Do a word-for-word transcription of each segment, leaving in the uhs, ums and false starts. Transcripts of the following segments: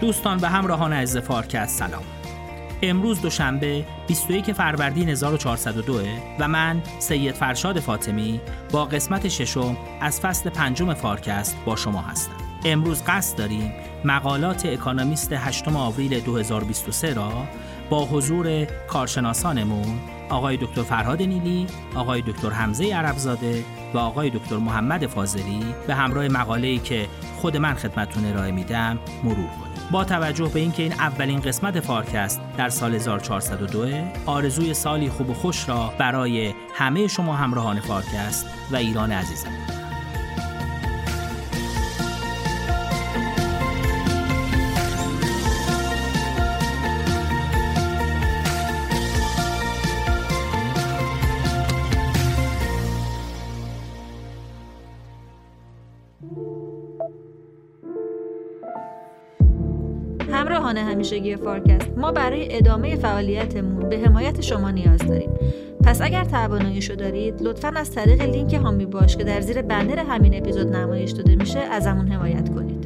دوستان و همراهان عزیز فارکست سلام. امروز دوشنبه بیست و یکم فروردین هزار و چهارصد و دو و من سید فرشاد فاطمی با قسمت ششم از فصل پنجم فارکست با شما هستم. امروز قصد داریم مقالات اکونومیست هشتم آوریل دو هزار و بیست و سه را با حضور کارشناسانمون آقای دکتر فرهاد نیلی، آقای دکتر حمزه عربزاده و آقای دکتر محمد فاضلی به همراه مقاله‌ای که خود من خدمتتون ارائه میدم مرور کنیم. با توجه به اینکه این اولین قسمت فارکست در سال هزار و چهارصد و دو، آرزوی سالی خوب و خوش را برای همه شما همراهان فارکست و ایران عزیزم. همراهان همیشگی فارکست، ما برای ادامه فعالیتمون به حمایت شما نیاز داریم. پس اگر تواناییشو دارید، لطفاً از طریق لینک هامی باش که در زیر بنر همین اپیزود نمایش داده میشه ازمون حمایت کنید.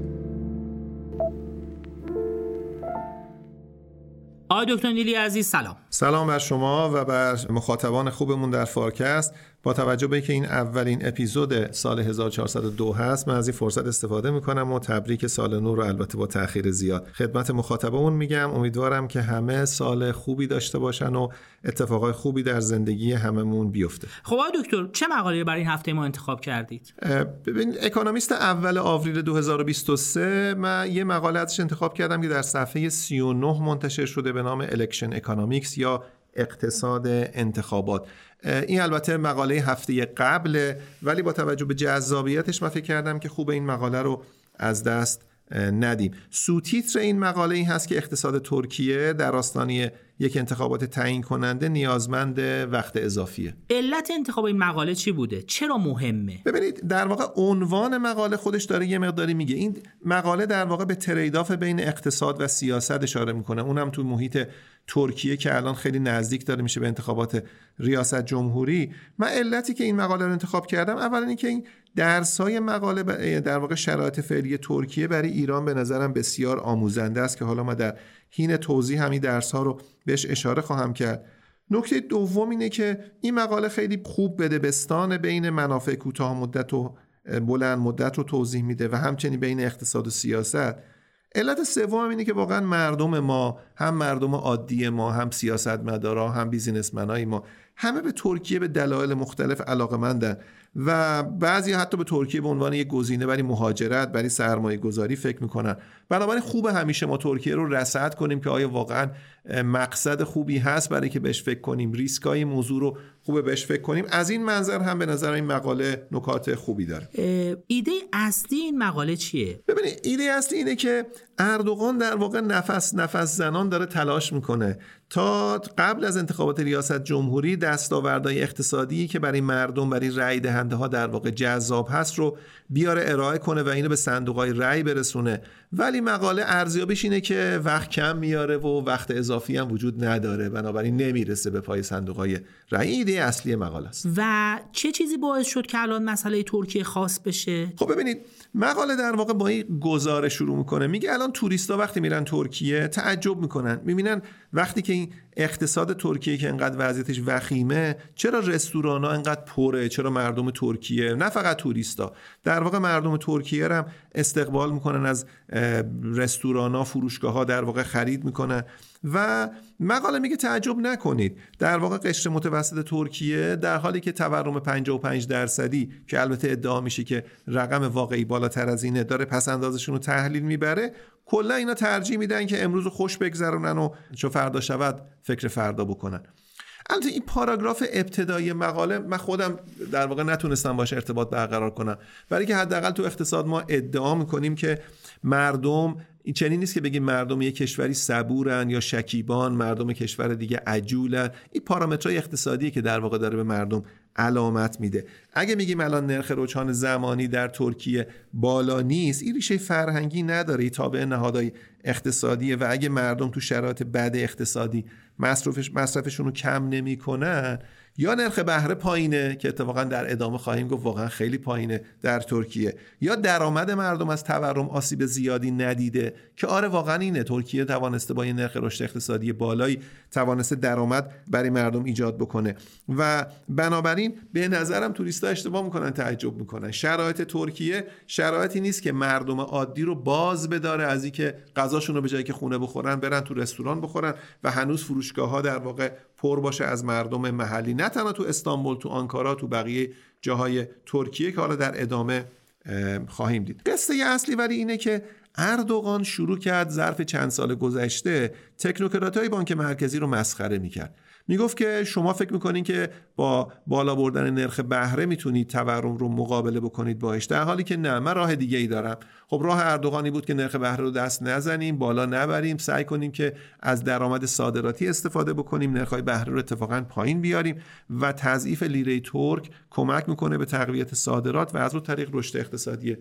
آقای دکتر نیلی عزیز سلام. سلام بر شما و بر مخاطبان خوبمون در فارکست. با توجه به اینکه این اولین اپیزود سال هزار و چهارصد و دو هست، من از این فرصت استفاده میکنم و تبریک سال نو رو البته با تأخیر زیاد خدمت مخاطبمون میگم. امیدوارم که همه سال خوبی داشته باشن و اتفاقای خوبی در زندگی هممون بیفته. خب آقای دکتر، چه مقاله برای این هفته ما انتخاب کردید؟ ببین، اکونومیست اول آوریل دو هزار و بیست و سه من یه مقاله ازش انتخاب کردم که در صفحه سی و نه منتشر شده به نام الکشن اکونومیکس یا اقتصاد انتخابات. این البته مقاله هفته قبله، ولی با توجه به جذابیتش من فکر کردم که خوب این مقاله رو از دست ندیم. سوتیتر این مقاله این هست که اقتصاد ترکیه در آستانه یک انتخابات تعیین کننده نیازمند وقت اضافیه. علت انتخاب این مقاله چی بوده؟ چرا مهمه؟ ببینید، در واقع عنوان مقاله خودش داره یه مقداری میگه. این مقاله در واقع به تریداف بین اقتصاد و سیاست اشاره میکنه، اونم تو محیط ترکیه که الان خیلی نزدیک داره میشه به انتخابات ریاست جمهوری. من علتی که این مقاله رو انتخاب کردم، اولا این که این درس‌های مقاله در واقع شرایط فعلی ترکیه برای ایران به نظرم بسیار آموزنده است که حالا ما در حین توضیح همین درس‌ها رو بهش اشاره خواهم کرد. نکته دوم اینه که این مقاله خیلی خوب بدبستان بین منافع کوتاه مدت و بلند مدت رو توضیح میده و همچنین بین اقتصاد و سیاست. علت سوم اینه که واقعا مردم ما، هم مردم عادی ما، هم سیاستمدارا، هم بیزینسمنای ما، همه به ترکیه به دلایل مختلف علاقه‌مندن و بعضی حتی به ترکیه به عنوان یک گزینه برای مهاجرت، برای سرمایه گذاری فکر میکنن. بنابراین خوبه همیشه ما ترکیه رو رصد کنیم که آیا واقعا مقصد خوبی هست برای که بهش فکر کنیم، ریسکای موضوع رو خوبه بهش فکر کنیم. از این منظر هم به نظر این مقاله نکات خوبی داره. ایده اصلی این مقاله چیه؟ ببینید، ایده اصلی اینه که اردوغان در واقع نفس نفس زنان داره تلاش میکنه تا قبل از انتخابات ریاست جمهوری دستاوردهای اقتصادی که برای مردم، برای رأی دهنده ها در واقع جذاب هست رو بیاره ارائه کنه و اینو به صندوق‌های رأی برسونه. ولی مقاله ارزیابیش اینه که وقت کم میاره و وقت اضافی هم وجود نداره، بنابراین نمیرسه به پای صندوق‌های رأی. ایده اصلی مقاله است. و چه چیزی باعث شد که الان مسئله ترکیه خاص بشه؟ خب ببینید، مقاله در واقع با این گزارش شروع میکنه. میگه الان توریستا وقتی میرن ترکیه تعجب میکنن، میبینن وقتی که این اقتصاد ترکیه که انقدر وضعیتش وخیمه، چرا رستورانا انقدر پره، چرا مردم ترکیه، نه فقط توریستا، در واقع مردم ترکیه هم استقبال میکنن، از رستورانا، فروشگاه‌ها در واقع خرید میکنن. و مقاله میگه تعجب نکنید، در واقع قشر متوسط ترکیه در حالی که تورم پنجاه و پنج درصدی که البته ادعا میشه که رقم واقعی بالاتر از اینه داره پس اندازشون رو تحلیل میبره، کلا اینا ترجیح میدن که امروز خوش بگذرونن و چو فردا شود فکر فردا بکنن. البته این پاراگراف ابتدایی مقاله من خودم در واقع نتونستم باشه ارتباط برقرار کنم، برای که حداقل تو اقتصاد ما ادعا میکنیم که مردم، این چنین نیست که بگیم مردم یک کشوری صبورن یا شکیبان، مردم کشور دیگه عجولن. این پارامترهای اقتصادیه که در واقع داره به مردم علامت میده. اگه میگیم الان نرخ رجحان زمانی در ترکیه بالا نیست، این ریشه فرهنگی نداره، این تابع نهادهای اقتصادیه و اگه مردم تو شرایط بد اقتصادی مصرفش مصرفشون رو کم نمیکنن، یا نرخ بهره پایینه که اتفاقا در ادامه خواهیم گفت واقعا خیلی پایینه در ترکیه، یا درآمد مردم از تورم آسیب زیادی ندیده که آره واقعا اینه، ترکیه توانسته با این نرخ رشد اقتصادی بالایی توانسته درآمد برای مردم ایجاد بکنه و بنابراین به نظرم توریست‌ها اشتباه میکنن، تعجب میکنن. شرایط ترکیه شرایطی نیست که مردم عادی رو باز بداره از اینکه غذاشون رو به جایی که خونه بخورن برن تو رستوران بخورن و هنوز فروشگاه‌ها در واقع پر باشه از مردم محلی، نه تنها تو استانبول، تو آنکارا، تو بقیه جاهای ترکیه که حالا در ادامه خواهیم دید. قصه اصلی ولی اینه که اردوغان شروع کرد ظرف چند سال گذشته تکنوکرات‌های بانک مرکزی رو مسخره میکرد. میگفت که شما فکر میکنین که با بالا بردن نرخ بهره میتونید تورم رو مقابله بکنید باهاش، در حالی که نه، من راه دیگه ای دارم. خب راه اردوغانی بود که نرخ بهره رو دست نزنیم، بالا نبریم، سعی کنیم که از درآمد صادراتی استفاده بکنیم، نرخ‌های بهره رو اتفاقا پایین بیاریم و تضعیف لیره ترک کمک میکنه به تقویت صادرات و از اون طریق رشد اقتصادی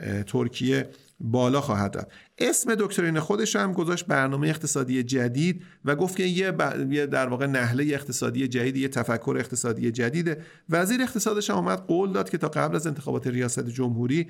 ترکیه بالا خواهد رفت. اسم دکترین خودش هم گذاشت برنامه اقتصادی جدید و گفت که یه, ب... یه در واقع نهله اقتصادی جدید، یه تفکر اقتصادی جدیده. وزیر اقتصادش هم اومد قول داد که تا قبل از انتخابات ریاست جمهوری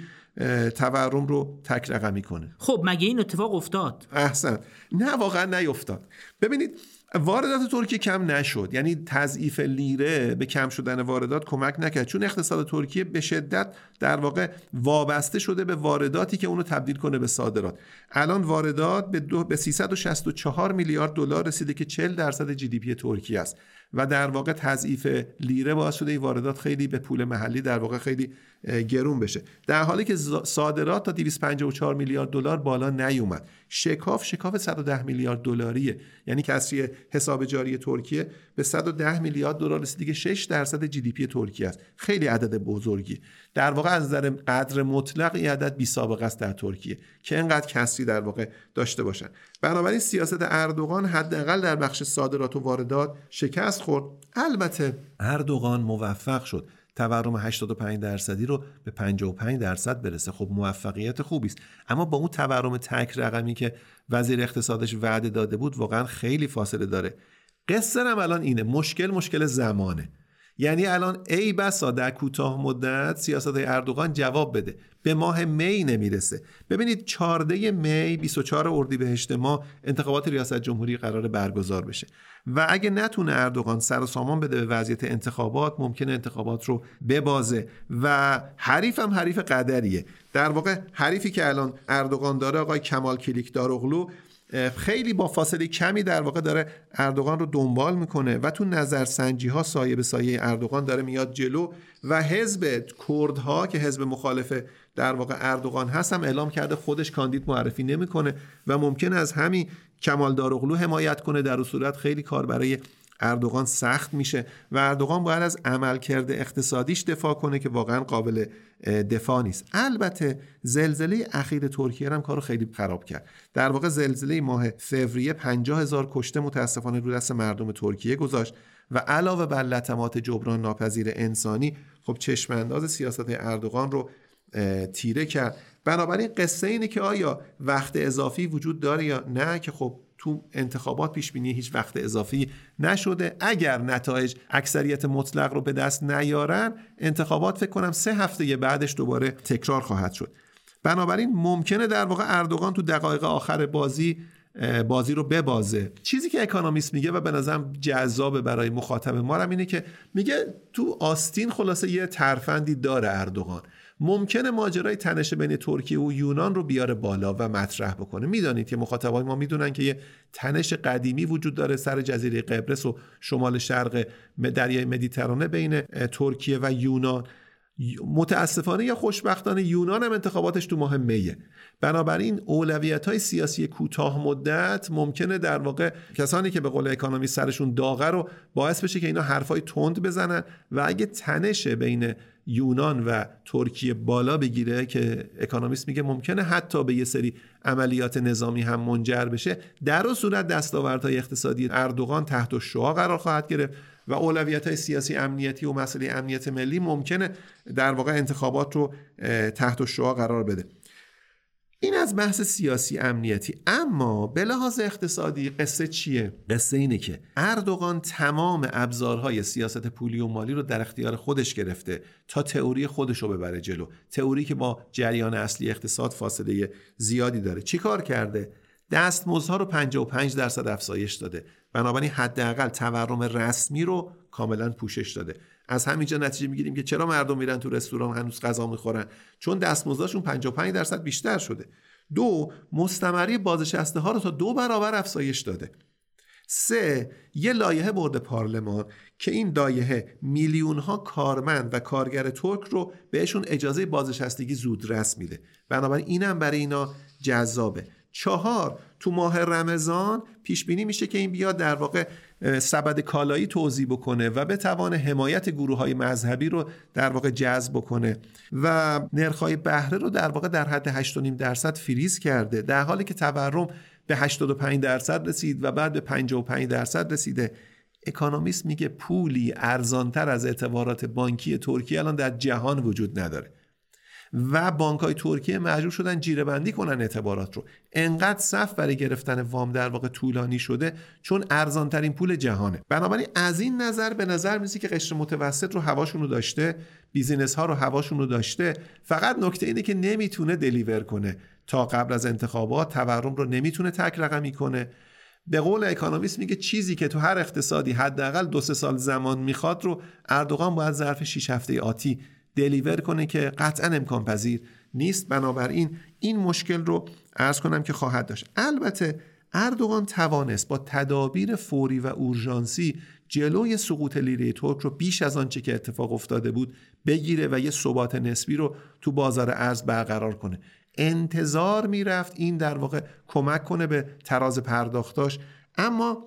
تورم رو تک رقمی کنه. خب مگه این اتفاق افتاد؟ احسن. نه واقعا نیفتاد. ببینید واردات ترکیه کم نشد، یعنی تضعیف لیره به کم شدن واردات کمک نکرد، چون اقتصاد ترکیه به شدت در واقع وابسته شده به وارداتی که اونو تبدیل کنه به صادرات. الان واردات به, به سیصد و شصت و چهار میلیارد دلار رسیده که چهل درصد جی دی پی ترکیه است و در واقع تضعیف لیره باعث شده این واردات خیلی به پول محلی در واقع خیلی گرون بشه، در حالی که صادرات تا دویست و پنجاه و چهار میلیارد دلار بالا نیومد. شکاف شکاف صد و ده میلیارد دلاریه، یعنی کسری حساب جاری ترکیه به صد و ده میلیارد دلار رسیده که شش درصد جی دی پی ترکیه است. خیلی عدد بزرگی. در واقع از نظر قدر مطلق این عدد بی سابقه است در ترکیه که اینقدر کسری در واقع داشته باشن. بنابراین سیاست اردوغان حداقل در بخش صادرات و واردات شکست خورد. البته اردوغان موفق شد تورم هشتاد و پنج درصدی رو به پنجاه و پنج درصد برسه. خب موفقیت خوبی است، اما با اون تورم تک رقمی که وزیر اقتصادش وعده داده بود واقعا خیلی فاصله داره. قصه هم الان اینه، مشکل مشکل زمانه. یعنی الان ای بسا در کوتاه مدت سیاست اردوغان جواب بده، به ماه می نمیرسه. ببینید چهاردهم می بیست و چهارم اردیبهشت ماه انتخابات ریاست جمهوری قرار برگزار بشه و اگه نتونه اردوغان سر و سامان بده به وضعیت انتخابات ممکنه انتخابات رو ببازه و حریف هم حریف قدریه. در واقع حریفی که الان اردوغان داره آقای کمال کلیکداروغلو خیلی با فاصله کمی در واقع داره اردوغان رو دنبال میکنه و تو نظرسنجی ها سایه به سایه اردوغان داره میاد جلو و حزب کردها که حزب مخالف در واقع اردوغان هست هم اعلام کرده خودش کاندید معرفی نمیکنه و ممکنه از همین کمال داروغلو حمایت کنه. در اون صورت خیلی کار برای اردوغان سخت میشه و اردوغان باید از عملکرد اقتصادیش دفاع کنه که واقعا قابل دفاع نیست. البته زلزله اخیر ترکیه هم کارو خیلی خراب کرد. در واقع زلزله ماه فوریه پنجاه هزار کشته متاسفانه رو دست مردم ترکیه گذاشت و علاوه بر لطمات جبران ناپذیر انسانی خب چشم انداز سیاست اردوغان رو تیره کرد. بنابراین قصه اینه که آیا وقت اضافی وجود داره یا نه، که خب تو انتخابات پیش بینی هیچ وقت اضافی نشده. اگر نتایج اکثریت مطلق رو به دست نیارن انتخابات فکر کنم سه هفته بعدش دوباره تکرار خواهد شد. بنابراین ممکنه در واقع اردوغان تو دقایق آخر بازی بازی رو ببازه. چیزی که اکونومیست میگه و به نظرم جذابه برای مخاطب ما هم اینه که میگه تو آستین خلاصه یه ترفندی داره اردوغان، ممکنه ماجرای تنش بین ترکیه و یونان رو بیاره بالا و مطرح بکنه. میدانید که مخاطبای ما میدونن که یه تنش قدیمی وجود داره سر جزیره قبرس و شمال شرق دریای مدیترانه بین ترکیه و یونان. متاسفانه یا خوشبختانه یونان هم انتخاباتش تو ماه میه. بنابراین اولویت‌های سیاسی کوتاه مدت ممکنه در واقع کسانی که به قول اکونومیست سرشون داغه رو باعث بشه که اینا حرفای تند بزنن و اگه تنش بین یونان و ترکیه بالا بگیره که اکونومیست میگه ممکنه حتی به یه سری عملیات نظامی هم منجر بشه، در اون صورت دستاوردهای اقتصادی اردوغان تحت الشعاع قرار خواهد گرفت و اولویت‌های سیاسی امنیتی و مسئله امنیت ملی ممکنه در واقع انتخابات رو تحت الشعاع قرار بده. این از بحث سیاسی امنیتی. اما به لحاظ اقتصادی قصه چیه؟ قصه اینه که اردوغان تمام ابزارهای سیاست پولی و مالی رو در اختیار خودش گرفته تا تئوری خودش رو ببره جلو، تئوری که با جریان اصلی اقتصاد فاصله زیادی داره. چی کار کرده؟ دستمزدها رو پنجاه و پنج درصد افزایش داده، بنابراین حداقل تورم رسمی رو کاملا پوشش داده. از همینجا نتیجه میگیریم که چرا مردم میرن تو رستوران هنوز غذا میخورن؟ چون دستمزدشون پنجاه و پنج درصد بیشتر شده. دو، مستمری بازنشسته ها رو تا دو برابر افزایش داده. سه، یه لایحه برده پارلمان که این لایحه میلیون ها کارمند و کارگر ترک رو بهشون اجازه بازنشستگی زودرس میده، بنابراین اینم برای اینا جذابه. چهار، تو ماه رمضان پیش بینی میشه که این بیاد در واقع سبد کالایی توزیع بکنه و بتوانه حمایت گروه‌های مذهبی رو در واقع جذب بکنه و نرخ‌های بهره رو در واقع در حد هشت و نیم درصد فریز کرده، در حالی که تورم به هشتاد و پنج درصد رسید و بعد به پنجاه و پنج درصد رسیده. اکونومیست میگه پولی ارزانتر از اعتبارات بانکی ترکیه الان در جهان وجود نداره و بانک‌های ترکیه مجبور شدن جیره بندی کنن اعتبارات رو. انقدر صف برای گرفتن وام در واقع طولانی شده چون ارزانترین پول جهانه. بنابراین از این نظر به نظر میاد که قشر متوسط رو هواشون رو داشته، بیزینس ها رو هواشون رو داشته، فقط نکته اینه که نمیتونه دلیور کنه. تا قبل از انتخابات تورم رو نمیتونه تک رقمی کنه. به قول اکونومیست میگه چیزی که تو هر اقتصادی حداقل دو سه سال زمان میخواد رو اردوغان باید ظرف شش هفته آتی دلیور کنه که قطعا امکان پذیر نیست. بنابراین این مشکل رو عرض کنم که خواهد داشت. البته اردوغان توانست با تدابیر فوری و اورژانسی جلوی سقوط لیره ترک رو بیش از آنچه که اتفاق افتاده بود بگیره و یه ثبات نسبی رو تو بازار ارز برقرار کنه. انتظار میرفت این در واقع کمک کنه به تراز پرداختاش، اما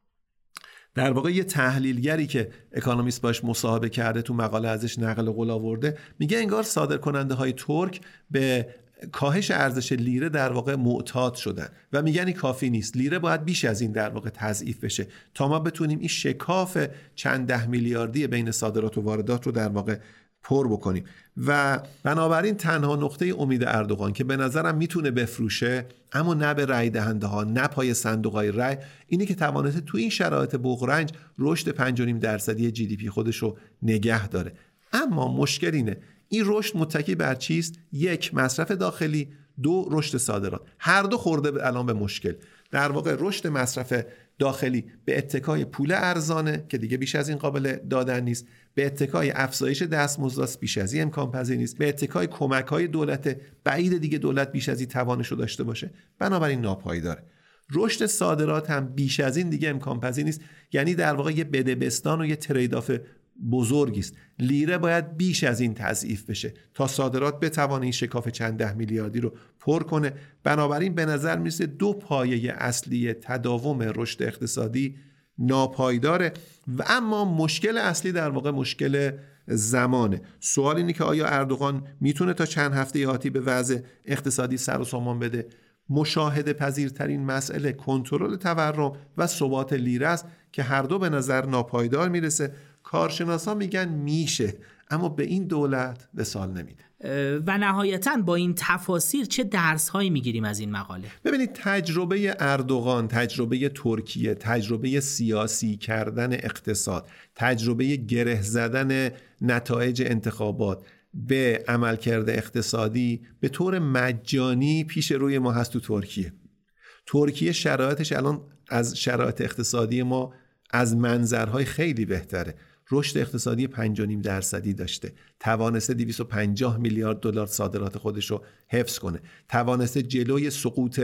در واقع یه تحلیلگری که اکونومیست باش مصاحبه کرده تو مقاله ازش نقل قول آورده، میگه انگار صادرکننده های ترک به کاهش ارزش لیره در واقع معتاد شدن و میگن این کافی نیست، لیره باید بیش از این در واقع تضعیف بشه تا ما بتونیم این شکاف چند ده میلیاردی بین صادرات و واردات رو در واقع پر بکنیم. و بنابراین تنها نقطه امید اردوغان که به نظرم میتونه بفروشه اما نه به رای دهنده ها، نه پای صندوقای رای، اینه که توانسته تو این شرایط بغرنج رشد پنج و نیم درصدی جی دی پی خودش رو نگه داره. اما مشکل اینه این رشد متکی بر چیست؟ یک، مصرف داخلی، دو، رشد صادرات. هر دو خورده الان به مشکل. در واقع رشد مصرف داخلی به اتکای پول ارزانه که دیگه بیش از این قابل دادن نیست، به اتکای افزایش دستمزد بیش از این امکان پذیر نیست، به اتکای کمک‌های دولت بعید دیگه دولت بیش از این توانش رو داشته باشه، بنابراین ناپایداره. رشد صادرات هم بیش از این دیگه امکان پذیر نیست، یعنی در واقع یه بدبستان و یه ترید آف بزرگی است. لیره باید بیش از این تضعیف بشه تا صادرات بتوانه این شکاف چند ده میلیاردی رو پر کنه. بنابراین به نظر میرسه دو پایه اصلی تداوم رشد اقتصادی ناپایداره و اما مشکل اصلی در واقع مشکل زمانه. سوال اینه که آیا اردوغان میتونه تا چند هفته آتی به وضع اقتصادی سر و سامان بده؟ مشاهده پذیرترین مسئله کنترل تورم و ثبات لیره است که هر دو به نظر ناپایدار میرسه. کارشناسا میگن میشه، اما به این دولت وصال نمیده. و نهایتاً با این تفاسیر چه درس هایی میگیریم از این مقاله؟ ببینید، تجربه اردوغان، تجربه ترکیه، تجربه سیاسی کردن اقتصاد، تجربه گره زدن نتایج انتخابات به عملکرد اقتصادی به طور مجانی پیش روی ما هست. تو ترکیه ترکیه شرایطش الان از شرایط اقتصادی ما از منظرهای خیلی بهتره. رشد اقتصادی پنج و نیم درصدی داشته، توانسته دویست و پنجاه میلیارد دلار صادرات خودش رو حفظ کنه، توانسته جلوی سقوط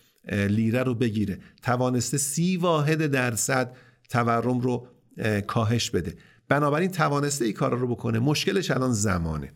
لیره رو بگیره، توانسته سی واحد درصد تورم رو کاهش بده. بنابراین توانسته این کار رو بکنه. مشکلش الان زمانه.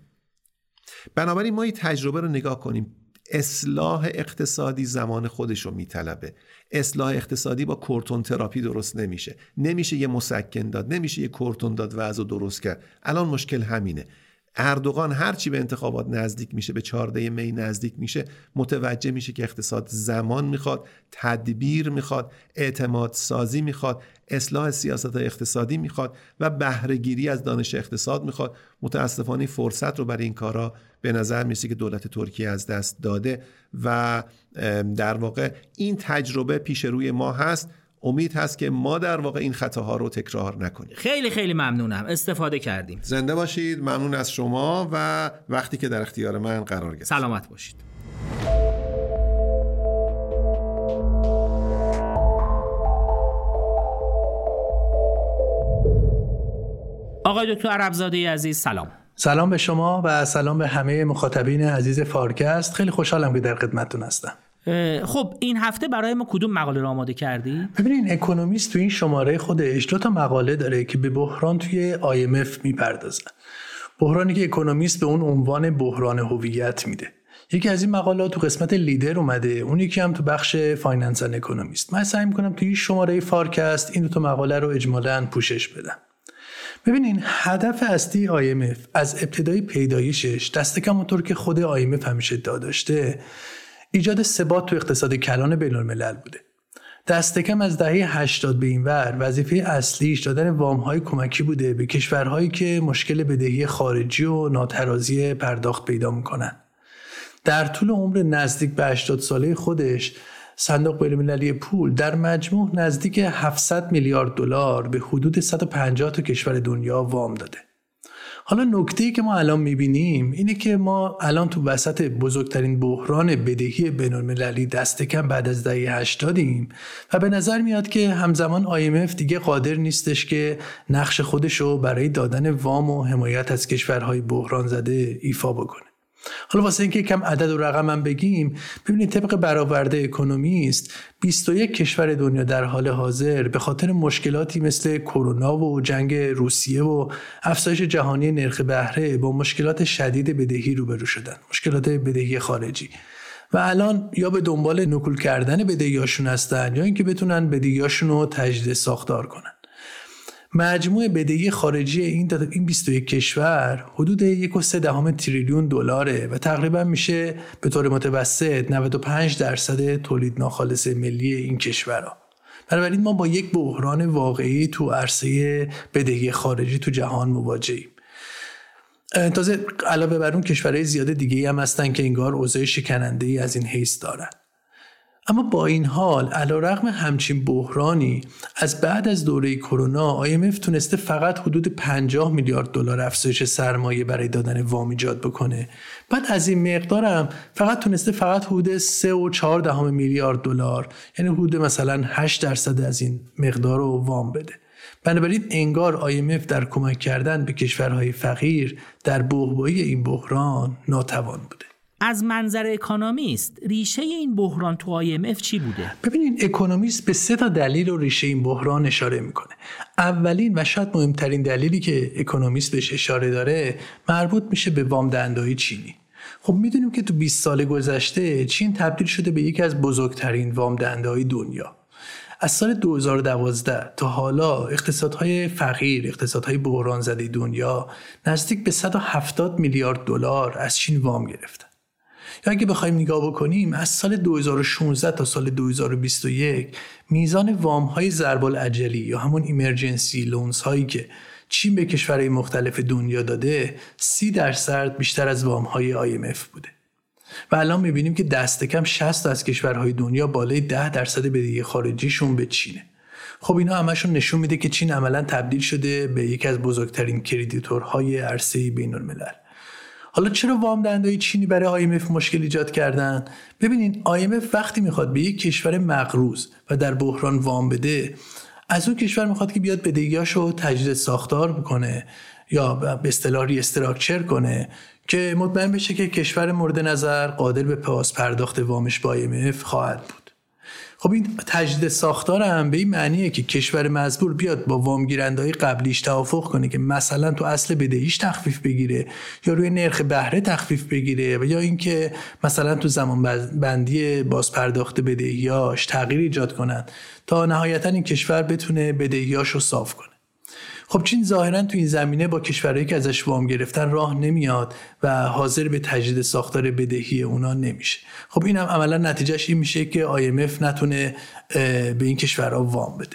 بنابراین ما این تجربه رو نگاه کنیم. اصلاح اقتصادی زمان خودش رو میطلبه. اصلاح اقتصادی با کورتون تراپی درست نمیشه. نمیشه یه مسکن داد، نمیشه یه کورتون داد وضع رو درست کرد. الان مشکل همینه. اردوغان هرچی به انتخابات نزدیک میشه، به چارده می نزدیک میشه، متوجه میشه که اقتصاد زمان میخواد، تدبیر میخواد، اعتماد سازی میخواد، اصلاح سیاست اقتصادی میخواد و بهره گیری از دانش اقتصاد میخواد. متاسفانه فرصت رو برای این کارا به نظر میرسه که دولت ترکیه از دست داده و در واقع این تجربه پیش روی ما هست. امید هست که ما در واقع این خطاها رو تکرار نکنیم. خیلی خیلی ممنونم، استفاده کردیم. زنده باشید. ممنون از شما و وقتی که در اختیار من قرار گرفتید. سلامت باشید. آقای دکتر عربزاده عزیز سلام. سلام به شما و سلام به همه مخاطبین عزیز فارکست. خیلی خوشحالم که در خدمتتون هستم. خب این هفته برای ما کدوم مقاله رو آماده کردی؟ ببینین اکونومیست تو این شماره خودش دو تا مقاله داره که به بحران توی آی ام اف میپردازن. بحرانی که اکونومیست به اون عنوان بحران هویت میده. یکی از این مقاله تو قسمت لیدر اومده، اون یکی هم تو بخش فایننس اند اکونومیست. من سعی میکنم توی این شماره فارکست این دو تا مقاله رو اجمالاً پوشش بدم. ببینین هدف اصلی آی ام اف از ابتدای پیدایشش دست کم اونطور که خود آی ام اف همیشه ادعا داشته ایجاد ثبات تو اقتصاد کلان بین‌الملل بوده. دست کم از دهه هشتاد به این ور وظیفه اصلیش دادن وام‌های کمکی بوده به کشورهایی که مشکل بدهی خارجی و ناترازی پرداخت پیدا میکنن. در طول عمر نزدیک به هشتاد ساله خودش صندوق بین‌المللی پول در مجموع نزدیک هفتصد میلیارد دلار به حدود صد و پنجاه تا کشور دنیا وام داده. حالا نکته‌ای که ما الان می‌بینیم اینه که ما الان تو وسط بزرگترین بحران بدهی بین‌المللی دست کم بعد از دهه هشتادیم و به نظر میاد که همزمان آی ام اف دیگه قادر نیستش که نقش خودشو برای دادن وام و حمایت از کشورهای بحران زده ایفا بکنه. حالا واسه اینکه کم عدد و رقم هم بگیم، ببینید طبق برآورده اکونومیست بیست و یک کشور دنیا در حال حاضر به خاطر مشکلاتی مثل کرونا و جنگ روسیه و افزایش جهانی نرخ بهره با مشکلات شدید بدهی روبرو شدن، مشکلات بدهی خارجی، و الان یا به دنبال نکول کردن بدهیاشون هستن یا اینکه بتونن بدهیاشون رو تجدید ساختار کنن. مجموع بدهی خارجی این این بیست و یک کشور حدود یک و سه دهم تریلیون دلاره و تقریبا میشه به طور متوسط نود و پنج درصد تولید ناخالص ملی این کشورها. بنابراین ما با یک بحران واقعی تو عرصه بدهی خارجی تو جهان مواجهیم. تازه علاوه بر اون کشورهای زیاد دیگه هم هستن که انگار اوضاع شکننده‌ای از این حیث دارن. اما با این حال علیرغم همچین بحرانی از بعد از دوره کرونا آی ام اف تونسته فقط حدود پنجاه میلیارد دلار افزایش سرمایه برای دادن وام ایجاد بکنه. بعد از این مقدارم فقط تونسته فقط حدود سه و چهار دهم میلیارد دلار، یعنی حدود مثلا هشت درصد از این مقدار رو وام بده. بنابراین انگار آی ام اف در کمک کردن به کشورهای فقیر در بحبوحی این بحران ناتوان بوده. از منظر اکونومیست ریشه این بحران تو آی ام اف چی بوده؟ ببینین اکونومیست به سه تا دلیل و ریشه این بحران اشاره میکنه. اولین و شاید مهمترین دلیلی که اکونومیست بهش اشاره داره مربوط میشه به وام دهنده‌های چینی. خب میدونیم که تو بیست سال گذشته چین تبدیل شده به یکی از بزرگترین وام دهنده‌های دنیا. از سال دو هزار و دوازده تا حالا اقتصادهای فقیر، اقتصادهای بحران زده دنیا نزدیک به صد و هفتاد میلیارد دلار از چین وام گرفتن. یا اگه بخوایم نگاه بکنیم از سال دو هزار و شانزده تا سال دو هزار و بیست و یک میزان وام‌های ضرب العجلی یا همون ایمرجنسی لونز هایی که چین به کشورهای مختلف دنیا داده سی درصد بیشتر از وام‌های آی ام اف بوده. و الان می‌بینیم که دست کم شصت از کشورهای دنیا بالای ده درصد بدهی خارجیشون به چینه. خب اینا همشون نشون میده که چین عملاً تبدیل شده به یکی از بزرگترین کردیتورهای عرصه بین‌الملل. حالا چرا وام دهنده‌های چینی برای آی ام اف مشکل ایجاد کردن؟ ببینین آی ام اف وقتی میخواد به یک کشور مقروض و در بحران وام بده، از اون کشور میخواد که بیاد بدهیاشو تجدید ساختار بکنه یا به اصطلاح ری استراکچر کنه که مطمئن بشه که کشور مورد نظر قادر به پاس پرداخت وامش با آی ام اف خواهد بود. خب این تجدید ساختار هم به این معنیه که کشور مزبور بیاد با وامگیرنده‌های قبلیش توافق کنه که مثلا تو اصل بدهیش تخفیف بگیره یا روی نرخ بهره تخفیف بگیره و یا اینکه مثلا تو زمان بندی باز پرداخت بدهیاش تغییر ایجاد کنن تا نهایتا این کشور بتونه بدهیاشو صاف کنه. خب چین ظاهراً تو این زمینه با کشورهایی که ازش وام گرفتن راه نمیاد و حاضر به تجدید ساختار بدهی اونا نمیشه. خب اینم عملاً نتیجهش این میشه که آی ام اف نتونه به این کشورها وام بده.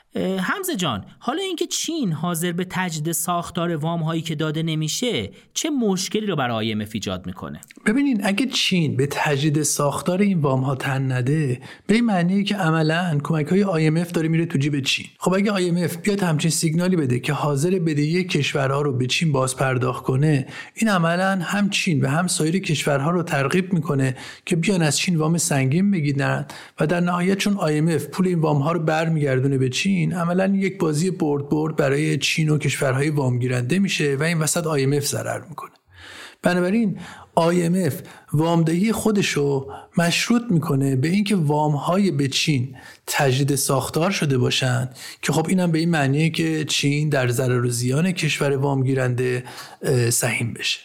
حمزه جان، حالا اینکه چین حاضر به تجدید ساختار وام هایی که داده نمیشه چه مشکلی رو برای آی ام اف ایجاد میکنه؟ ببینین اگه چین به تجدید ساختار این وام ها تن نده، به این معنیه که عملاً کمک های آی ام اف داره میره تو جیب چین. خب اگه آی ام اف بیاد همچین سیگنالی بده که حاضر بدهی کشورها رو به چین باز پرداخت کنه، این عملاً هم چین و هم سایر کشورها رو ترغیب میکنه که بیان از چین وام سنگین بگیرن و در نهایت چون آی ام اف پول این وام ها رو برمیگردونه به چین، عملاً یک بازی برد برد برای چین و کشورهای وام گیرنده میشه و این وسط آی ام اف ضرر میکنه. بنابراین آی ام اف وامدهی خودشو مشروط میکنه به اینکه وامهای به چین تجدید ساختار شده باشن که خب اینم به این معنیه که چین در ضرر و زیان کشور وام گیرنده سهیم بشه.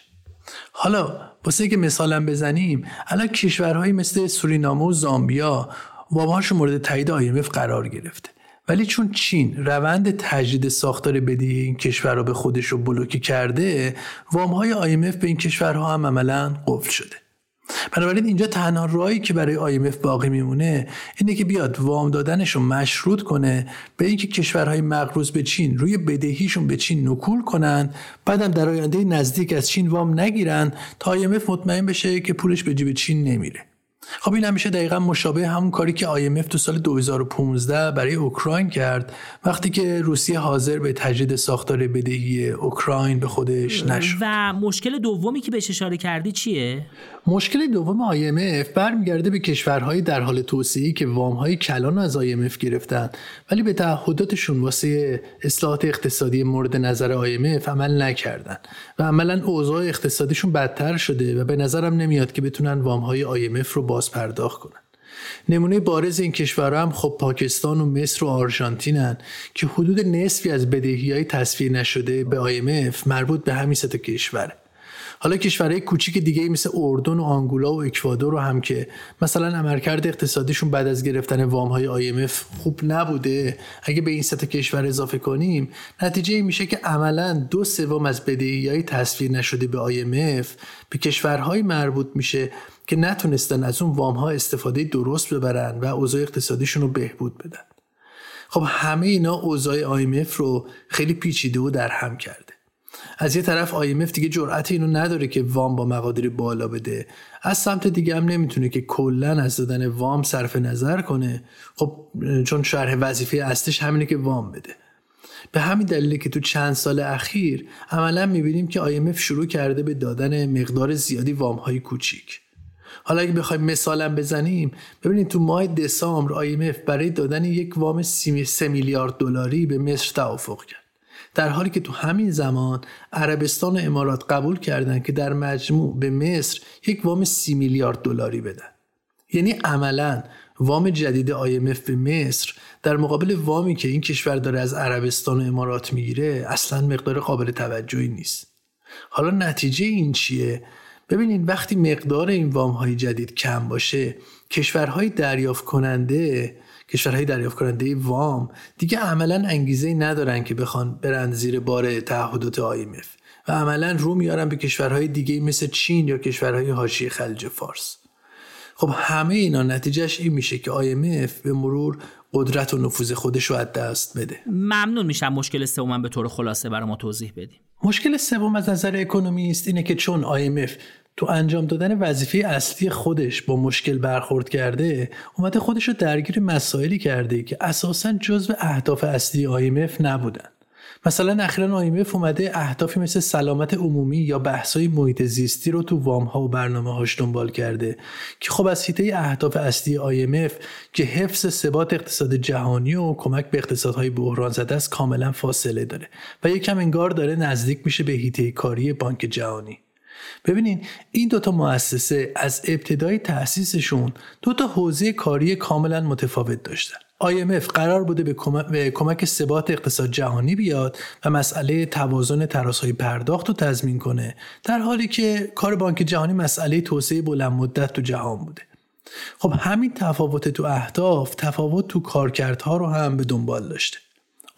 حالا واسه که مثالم بزنیم، الان کشورهایی مثل سورینام و زامبیا وامهاشون مورد تایید آی ام اف قرار گرفته، ولی چون چین روند تجدید ساختار بدهی این کشور رو به خودش رو بلوکه کرده، وام‌های آی ام اف به این کشورها هم عملاً قفل شده. بنابراین اینجا تنها راهی که برای آی ام اف باقی میمونه اینه که بیاد وام دادنش رو مشروط کنه به اینکه کشورهای مقروض به چین روی بدهیشون به چین نکول کنن، بعدم در آینده نزدیک از چین وام نگیرن تا آی ام اف مطمئن بشه که پولش به جیب چین نمیره. خب این همیشه دقیقا مشابه همون کاری که آی ام اف تو سال دو هزار و پانزده برای اوکراین کرد وقتی که روسیه حاضر به تجدید ساختار بدهی اوکراین به خودش نشد. و مشکل دومی که بهش اشاره کردی چیه؟ مشکل دوم آی ام اف برمیگرده به کشورهای در حال توسعه‌ای که وام‌های کلان از آی ام اف گرفتن ولی به تعهداتشون واسه اصلاحات اقتصادی مورد نظر آی ام اف عمل نکردن و عملاً اوضاع اقتصادیشون بدتر شده و به نظرم نمیاد که بتونن وام‌های آی ام اف رو باز پرداخت کنن. نمونه بارز این کشورها هم خب پاکستان و مصر و آرژانتینن که حدود نصفی از بدهی‌های تصفیه نشده به آی ام اف مربوط به همین سه تا کشوره. حالا کشورهای کوچیک دیگه مثل اردن و آنگولا و اکوادور رو هم که مثلا عملکرد اقتصادیشون بعد از گرفتن وام‌های آی ام اف خوب نبوده، اگه به این سه تا کشور اضافه کنیم نتیجه این میشه که عملاً دو سوم از بدهی‌های تصفیه نشده به آی ام اف به کشورهای مربوط میشه که نتونستن از اون وام‌ها استفاده درست ببرن و اوضاع اقتصادیشون رو بهبود بدن. خب همه اینا اوضاع آی ام اف رو خیلی پیچیده و در هم کرده. از یه طرف آی ام اف دیگه جرأت اینو نداره که وام با مقادیر بالا بده، از سمت دیگه هم نمیتونه که کلاً از دادن وام صرف نظر کنه، خب چون شرح وظیفه اصلیش همینه که وام بده. به همین دلیله که تو چند سال اخیر عملاً میبینیم که آی ام اف شروع کرده به دادن مقدار زیادی وام‌های کوچیک. حالا اگه بخوایم مثالم بزنیم، ببینید تو ماه دسامبر آی ام اف برای دادن یک وام سه میلیارد دلاری به مصر توافق کرد، در حالی که تو همین زمان عربستان و امارات قبول کردن که در مجموع به مصر یک وام سی میلیارد دلاری بدن. یعنی عملاً وام جدید آی ام اف به مصر در مقابل وامی که این کشور داره از عربستان و امارات میگیره اصلاً مقدار قابل توجهی نیست. حالا نتیجه این چیه؟ ببینید وقتی مقدار این وام‌های جدید کم باشه، کشورهای دریافت کننده کشورهای دریافت کننده وام دیگه عملاً انگیزه‌ای ندارن که بخوان برن زیر بار تعهدات آی ام اف و عملاً رو میارن به کشورهای دیگه مثل چین یا کشورهای حاشیه خلیج فارس. خب همه اینا نتیجهش این میشه که آی ام اف به مرور قدرت و نفوذ خودش رو از دست بده. ممنون میشم مشکل سوم به طور خلاصه برای ما توضیح بدیم. مشکل سوم از نظر اکونومیست اینه که چون آی ام اف تو انجام دادن وظیفه اصلی خودش با مشکل برخورد کرده، اومده خودش رو درگیر مسائلی کرده که اساساً جزو اهداف اصلی آی ام اف نبودن. مثلا اخیراً آی ام اف اومده اهدافی مثل سلامت عمومی یا بحث‌های محیط زیستی رو تو وام‌ها و برنامه‌هاش دنبال کرده که خب از حیطه اهداف اصلی آی ام اف که حفظ ثبات اقتصاد جهانی و کمک به اقتصادهای بحران زده است کاملاً فاصله داره و یکم انگار داره نزدیک میشه به حیطه کاری بانک جهانی. ببینین این دوتا مؤسسه از ابتدای تأسیسشون دوتا حوزه کاری کاملا متفاوت داشتن. آی ام اف قرار بوده به کمک, به کمک ثبات اقتصاد جهانی بیاد و مسئله توازن ترازهای پرداخت رو تضمین کنه، در حالی که کار بانک جهانی مسئله توسعه بلند مدت تو جهان بوده. خب همین تفاوت تو اهداف تفاوت تو کارکردها رو هم به دنبال داشته.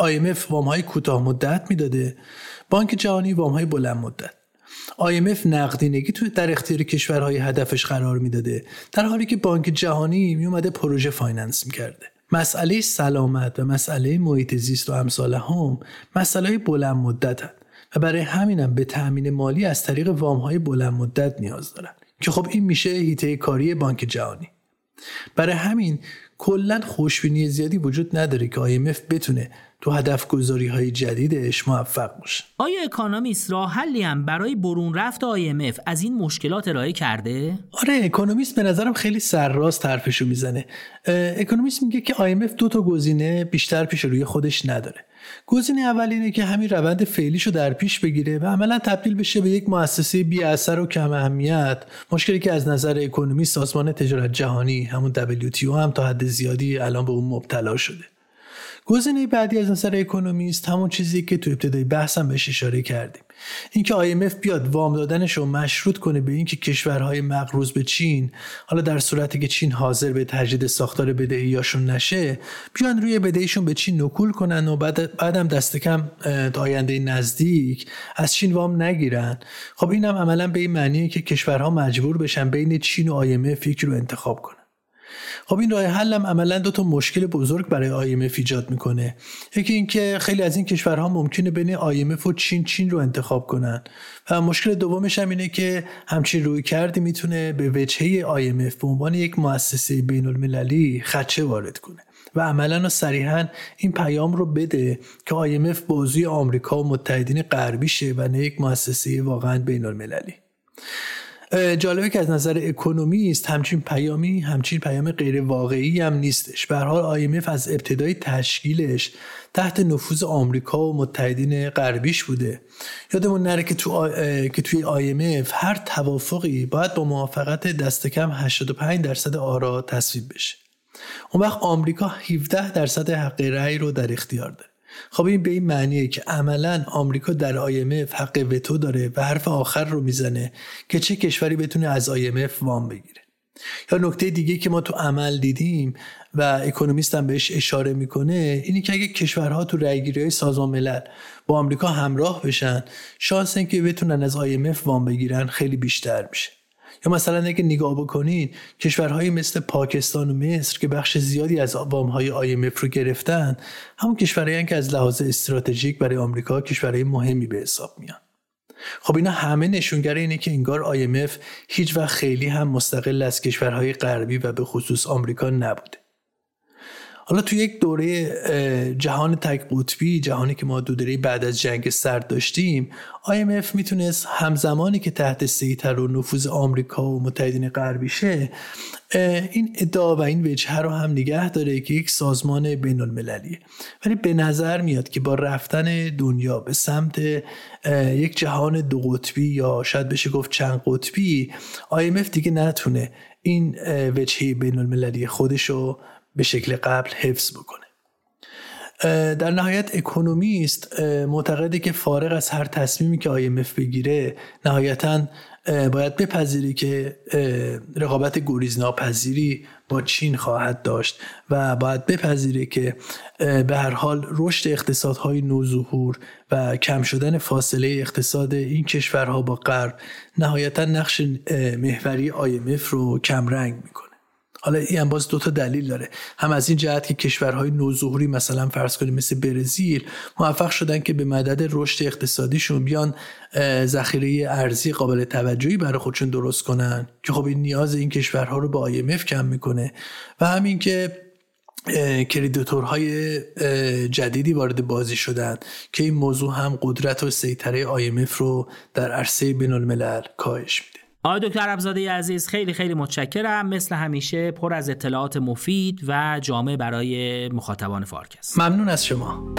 آی ام اف وام‌های کوتاه مدت میداده، بانک جهانی وام‌های بلند مدت. آی ام اف نقدینگی تو در اختیار کشورهای هدفش قرار میداده، در حالی که بانک جهانی می اومده پروژه فایننس میکرده. مسئله سلامت و مسئله محیط زیست و امثال هم مسئله بلند مدتن و برای همینم به تأمین مالی از طریق وام‌های بلند مدت نیاز دارن که خب این میشه حیطه کاری بانک جهانی. برای همین کلاً خوشبینی زیادی وجود نداره که آی ام اف بتونه تو هدف گذاری های جدیدش موفق باشه. آیا اکونومیست راه حلی هم برای برون رفت آی ام اف از این مشکلات ارائه کرده؟ آره، اکونومیست به نظرم خیلی سرراست حرفشو میزنه. اکونومیست میگه که آی ام اف دو تا گزینه بیشتر پیش روی خودش نداره. گزینه اول اینه که همین روند فعلیشو در پیش بگیره و عملا تبدیل بشه به یک مؤسسه بی اثر و کم اهمیت، مشکلی که از نظر اکونومیست سازمان تجارت جهانی همون دبلیو تی او هم تا حد زیادی الان به اون مبتلا شده. گزینه بعدی از نظر اکونومیست همون چیزی که تو ابتدای بحثم بهش اشاره کردیم، اینکه آی ام اف بیاد وام دادنش رو مشروط کنه به اینکه کشورهای مقروض به چین، حالا در صورتی که چین حاضر به تجدید ساختار بدهیاشون نشه، بیان روی بدهیشون به چین نکول کنن و بعد بعدم دست کم تا آینده نزدیک از چین وام نگیرن. خب اینم عملاً به این معنیه که کشورها مجبور بشن بین چین و آی ام اف یکی رو انتخاب کنن. خب این راه حل هم عملاً دو تا مشکل بزرگ برای آی ام اف ایجاد میکنه. یکی این که خیلی از این کشورها ممکنه بین آی ام اف و چین چین رو انتخاب کنن و مشکل دومش هم اینه که همچین روی کردی میتونه به وجهه آی ام اف به عنوان یک مؤسسه بین المللی خدشه وارد کنه و عملاً و صریحاً این پیام رو بده که آی ام اف بازوی آمریکا و متحدین غربیشه و نه یک مؤسسه واقعاً بین المللی. جالبه که از نظر اکونومیست همچین پیامی همچین پیام غیر واقعی هم نیستش. به هر حال آی ام اف از ابتدای تشکیلش تحت نفوذ آمریکا و متحدین غربیش بوده. یادمون نره که تو آ... که توی آی ام اف هر توافقی باید با موافقت دست کم هشتاد و پنج درصد آرا تصویب بشه. اون وقت آمریکا هفده درصد حق رأی رو در اختیار داره. خب این به این معنیه که عملاً آمریکا در آی ام اف حق وتو داره و حرف آخر رو میزنه که چه کشوری بتونه از آی ام اف وام بگیره. یا نکته دیگه که ما تو عمل دیدیم و اکونومیست هم بهش اشاره میکنه اینی که اگه کشورها تو رأی‌گیری‌های سازمان ملل با آمریکا همراه بشن، شانس اینکه بتونن از آی ام اف وام بگیرن خیلی بیشتر میشه. یا مثلا اگه نگاه بکنین کشورهایی مثل پاکستان و مصر که بخش زیادی از وام‌های آی ام اف رو گرفتن، همون کشورهایی هستند که از لحاظ استراتژیک برای آمریکا کشورهای مهمی به حساب میان. خب اینا همه نشونگر اینه که انگار آی ام اف هیچ وقت خیلی هم مستقل از کشورهای غربی و به خصوص آمریکا نبوده. حالا تو یک دوره جهان تک قطبی، جهانی که ما دو دوره بعد از جنگ سرد داشتیم، آی ام اف میتونست همزمانی که تحت سیطره و نفوذ آمریکا و متحدین غربیشه این ادعا و این وجهه رو هم نگه داره که یک سازمان بین المللیه. ولی به نظر میاد که با رفتن دنیا به سمت یک جهان دو قطبی یا شاید بشه گفت چند قطبی، آی ام اف دیگه نتونه این وجهه بین المللی خودشو به شکل قبل حفظ بکنه. در نهایت اکونومیست معتقده که فارغ از هر تصمیمی که آی ام اف بگیره، نهایتاً باید بپذیری که رقابت گریزناپذیری با چین خواهد داشت و باید بپذیری که به هر حال رشد اقتصادهای نوظهور و کم شدن فاصله اقتصاد این کشورها با غرب نهایتاً نقش محوری آی ام اف رو کمرنگ میکنه. حالا این باز دو تا دلیل داره، هم از این جهت که کشورهای نوظهوری مثلا فرض کنیم مثل برزیل موفق شدن که به مدد رشد اقتصادیشون بیان ذخیره ارزی قابل توجهی برای خودشون درست کنن که خب این نیاز این کشورها رو به آی ام اف کم میکنه، و همین که کردیتورهای جدیدی وارد بازی شدن که این موضوع هم قدرت و سیطره آی ام اف رو در عرصه بین الملل کاهش میده. آقای دکتر ابزاده عزیز خیلی خیلی متشکرم، مثل همیشه پر از اطلاعات مفید و جامع برای مخاطبان فارکست. ممنون از شما.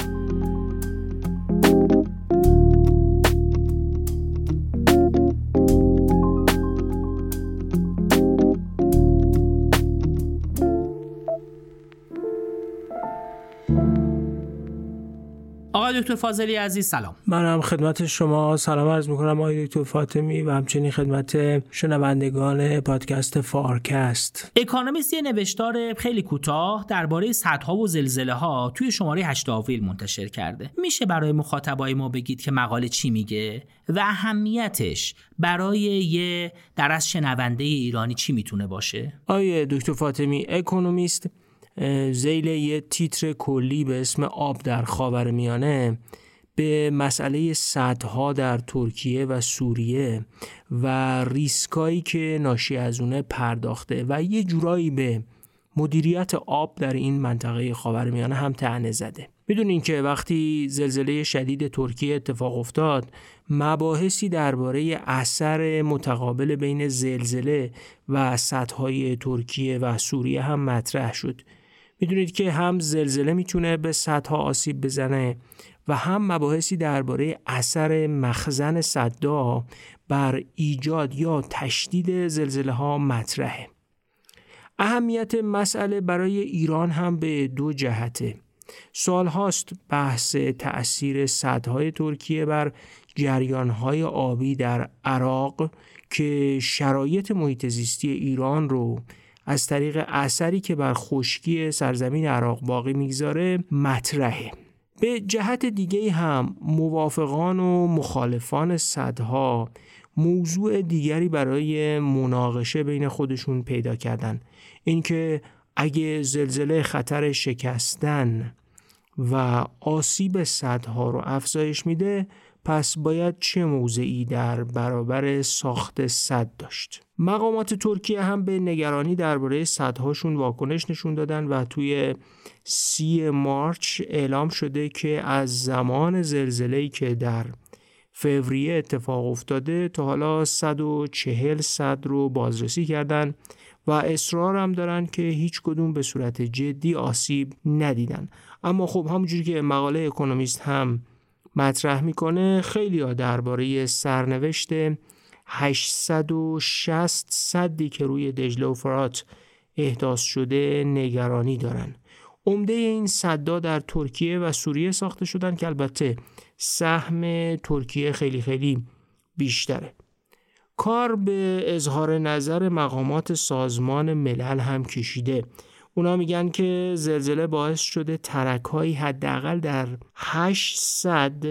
آقای آقای دکتر فاضلی عزیز سلام. منم خدمت شما سلام عرض میکنم آقای دکتر فاطمی و همچنین خدمت شنوندگان پادکست فارکست. اکونومیست یه نوشتار خیلی کوتاه درباره سدها و زلزله‌ها توی شماره هشت آوریل منتشر کرده. میشه برای مخاطبای ما بگید که مقاله چی میگه و اهمیتش برای یه درس شنونده ایرانی چی میتونه باشه؟ آقای دکتر فاطمی، اکونومیست ذیل یه تیتر کلی به اسم آب در خاورمیانه به مسئله سدها در ترکیه و سوریه و ریسکایی که ناشی از اونه پرداخته و یه جورایی به مدیریت آب در این منطقه خاورمیانه هم طعنه زده. بدونین که وقتی زلزله شدید ترکیه اتفاق افتاد، مباحثی درباره اثر متقابل بین زلزله و سدهای ترکیه و سوریه هم مطرح شد. میدونید که هم زلزله میتونه به سدها آسیب بزنه و هم مباحثی درباره اثر مخزن سدها بر ایجاد یا تشدید زلزله ها مطرحه. اهمیت مسئله برای ایران هم به دو جهته. سال هاست بحث تأثیر سدهای ترکیه بر جریانهای آبی در عراق که شرایط محیط زیستی ایران رو از طریق اثری که بر خشکی سرزمین عراق باقی میگذاره مطرحه. به جهت دیگه هم موافقان و مخالفان سدها موضوع دیگری برای مناقشه بین خودشون پیدا کردن. اینکه اگه زلزله خطر شکستن و آسیب سدها رو افزایش میده، پس باید چه موضعی در برابر ساخت سد داشت؟ مقامات ترکیه هم به نگرانی درباره سدهاشون واکنش نشون دادن و توی سی مارچ اعلام شده که از زمان زلزله‌ای که در فوریه اتفاق افتاده تا حالا صد و چهل سد رو بازرسی کردن و اصرار هم دارن که هیچ کدوم به صورت جدی آسیب ندیدن. اما خب همونجوری که مقاله اکونومیست هم مطرح میکنه، خیلی ها درباره سرنوشت هشتصد و شصت سدی که روی دجله و فرات احداث شده نگرانی دارن. عمده این سدها در ترکیه و سوریه ساخته شدن که البته سهم ترکیه خیلی خیلی بیشتره. کار به اظهار نظر مقامات سازمان ملل هم کشیده. اونا میگن که زلزله باعث شده ترک‌هایی حداقل در هشت سد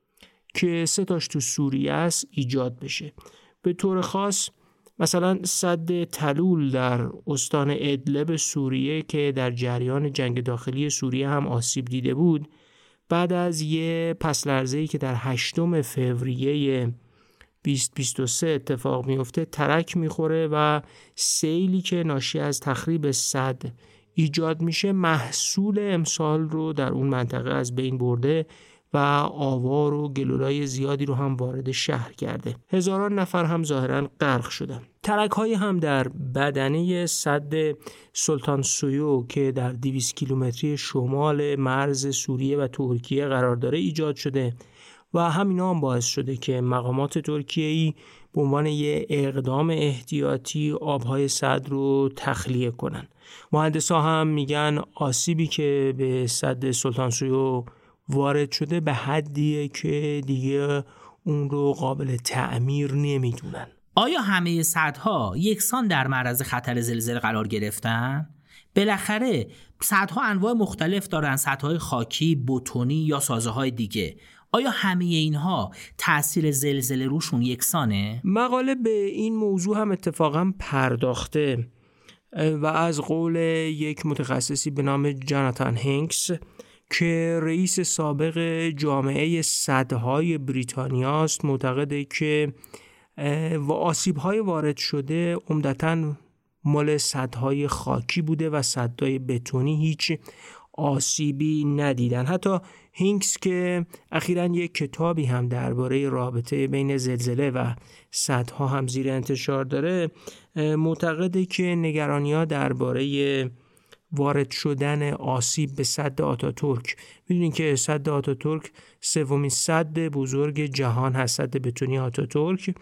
که سه تاش تو سوریه است ایجاد بشه. به طور خاص مثلا سد تلول در استان ادلب سوریه که در جریان جنگ داخلی سوریه هم آسیب دیده بود، بعد از یه پس لرزه‌ای که در هشتم فوریه بیست بیست و سه اتفاق میفته ترک میخوره و سیلی که ناشی از تخریب سد ایجاد میشه محصول امسال رو در اون منطقه از بین برده و آوار و گلولای زیادی رو هم وارد شهر کرده. هزاران نفر هم ظاهراً غرق شدن. ترک‌های هم در بدنه سد سلطان سویو که در دویست کیلومتری شمال مرز سوریه و ترکیه قرار داره ایجاد شده و همینا هم باعث شده که مقامات ترکیه‌ای به عنوان یه اقدام احتیاطی آبهای سد رو تخلیه کنن. مهندسا هم میگن آسیبی که به سد سلطان سویو وارد شده به حدیه که دیگه اون رو قابل تعمیر نمیدونن. آیا همه سدها یکسان در معرض خطر زلزله قرار گرفتن؟ بالاخره سدها انواع مختلف دارن، سدهای خاکی، بتونی یا سازه‌های دیگه. آیا همه اینها تأثیر زلزله روشون یکسانه؟ مقاله به این موضوع هم اتفاقا پرداخته و از قول یک متخصصی به نام جاناتان هینکس که رئیس سابق جامعه سدهای بریتانیا است معتقده که و آسیب‌های وارد شده عمدتاً مال سدهای خاکی بوده و سدهای بتونی هیچ آسیبی ندیدن. حتی هینکس که اخیراً یک کتابی هم درباره رابطه بین زلزله و سدها هم زیر انتشار داره، معتقده که نگرانی‌ها درباره وارد شدن آسیب به سد آتاتورک، میدونین که سد آتاتورک سومین سد بزرگ جهان هست، سد بتونی آتاتورک،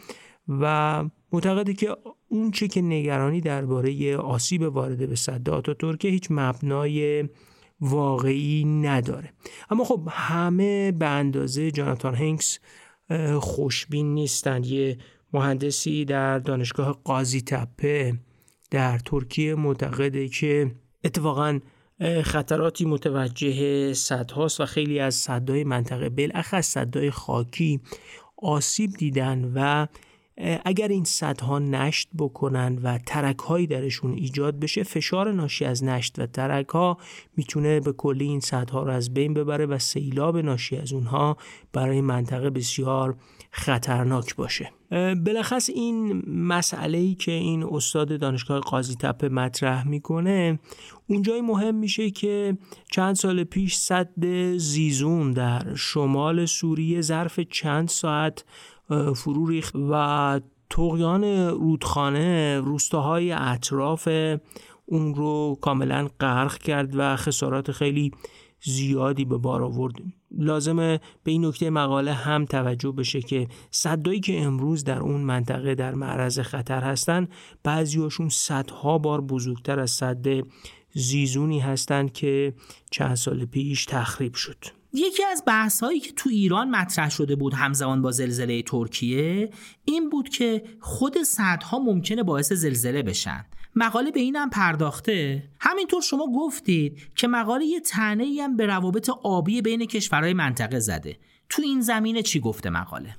و معتقده که اون چه که نگرانی درباره آسیب وارده به سد آتاتورک هیچ مبنای واقعی نداره. اما خب همه به اندازه جاناتان هنکس خوشبین نیستند. یه مهندسی در دانشگاه قاضی تپه در ترکیه معتقده که اتفاقاً خطراتی متوجه سدهاست و خیلی از سدهای منطقه بالاخص سدهای خاکی آسیب دیدن و اگر این سدها نشت بکنن و ترک‌هایی درشون ایجاد بشه، فشار ناشی از نشت و ترک‌ها میتونه به کلی این سدها رو از بین ببره و سیلاب ناشی از اونها برای منطقه بسیار خطرناک باشه. بلخص این مسئله‌ای که این استاد دانشگاه قاضی تپه مطرح میکنه اونجای مهم میشه که چند سال پیش سد زیزون در شمال سوریه ظرف چند ساعت فرو ریخت و طغیان رودخانه روستاهای اطراف اون رو کاملا غرق کرد و خسارات خیلی زیادی به بار آورد. لازمه به این نکته مقاله هم توجه بشه که سدایی که امروز در اون منطقه در معرض خطر هستن بعضیاشون صدها بار بزرگتر از سد زیزونی هستن که چند سال پیش تخریب شد. یکی از بحث‌هایی که تو ایران مطرح شده بود همزمان با زلزله ترکیه این بود که خود سدها ممکنه باعث زلزله بشن. مقاله به اینم پرداخته. همینطور شما گفتید که مقاله یه طعنه‌ای هم به روابط آبی بین کشورهای منطقه زده. تو این زمینه چی گفته مقاله؟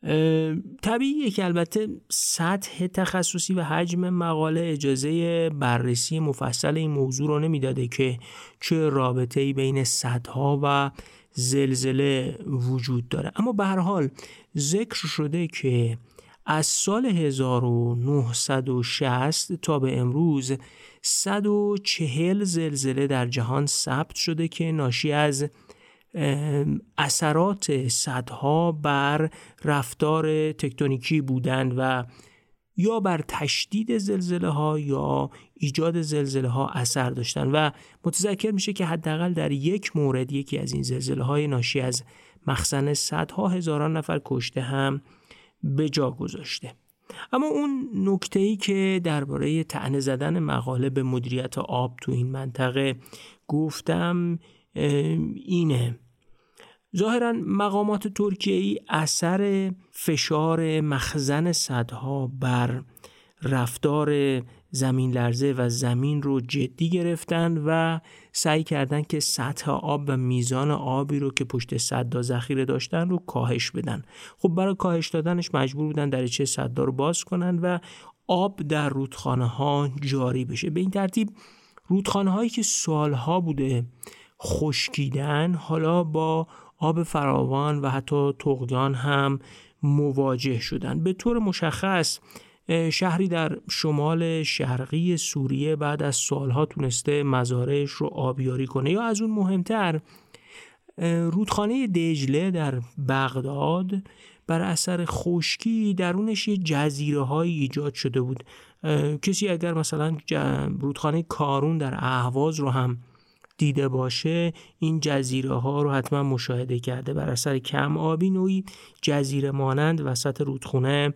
طبیعیه که البته سطح تخصصی و حجم مقاله اجازه بررسی مفصل این موضوع رو نمیداده که چه رابطه‌ای بین سدها و زلزله وجود داره، اما به هر حال ذکر شده که از سال هزار و نهصد و شصت تا به امروز صد و چهل زلزله در جهان ثبت شده که ناشی از اثرات سدها بر رفتار تکتونیکی بودند و یا بر تشدید زلزله ها یا ایجاد زلزله ها اثر داشتن و متذکر میشه که حداقل در یک مورد یکی از این زلزله های ناشی از مخزن صدها هزاران نفر کشته هم به جا گذاشته. اما اون نکته‌ای که درباره طعنه زدن مقاله به مدیریت آب تو این منطقه گفتم اینه: ظاهراً مقامات ترکیه‌ای اثر فشار مخزن سدها بر رفتار زمین لرزه و زمین رو جدی گرفتن و سعی کردن که سطح آب و میزان آبی رو که پشت سدها ذخیره داشتن رو کاهش بدن. خب برای کاهش دادنش مجبور بودن دریچه سدها رو باز کنن و آب در رودخانه ها جاری بشه. به این ترتیب رودخانه هایی که سالها بوده خشکیدن حالا با آب فراوان و حتی طغیان هم مواجه شدن. به طور مشخص شهری در شمال شرقی سوریه بعد از سالها تونسته مزارعش رو آبیاری کنه، یا از اون مهمتر رودخانه دجله در بغداد بر اثر خشکی درونش یه جزیره هایی ایجاد شده بود. کسی اگر مثلا رودخانه کارون در اهواز رو هم دیده باشه این جزیره ها رو حتما مشاهده کرده. بر اثر کم آبی نوعی جزیره مانند وسط رودخونه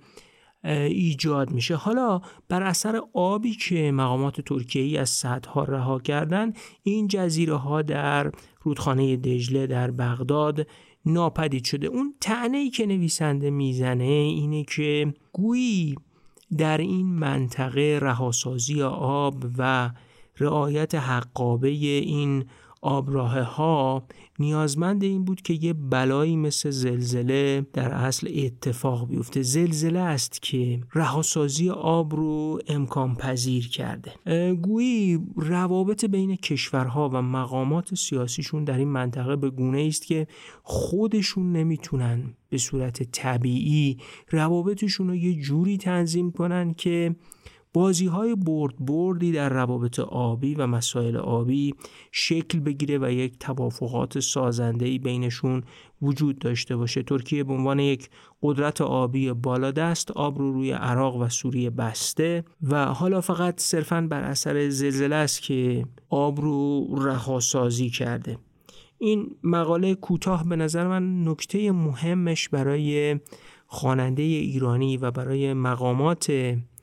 ایجاد میشه. حالا بر اثر آبی که مقامات ترکیه‌ای از سدها رها کردن این جزیره ها در رودخانه دجله در بغداد ناپدید شده. اون طعنه‌ای که نویسنده میزنه اینه که گویی در این منطقه رهاسازی آب و رعایت حقابه این آبراه ها نیازمند این بود که یه بلایی مثل زلزله در اصل اتفاق بیفته. زلزله است که رهاسازی آب رو امکان پذیر کرده. گویی روابط بین کشورها و مقامات سیاسیشون در این منطقه به گونه است که خودشون نمیتونن به صورت طبیعی روابطشون رو یه جوری تنظیم کنن که بازی‌های برد بردی در روابط آبی و مسائل آبی شکل بگیره و یک توافقات سازنده‌ای بینشون وجود داشته باشه. ترکیه به عنوان یک قدرت آبی بالادست آب رو روی عراق و سوریه بسته و حالا فقط صرفاً بر اثر زلزله است که آب رو رهاسازی کرده. این مقاله کوتاه به نظر من نکته مهمش برای خواننده ایرانی و برای مقامات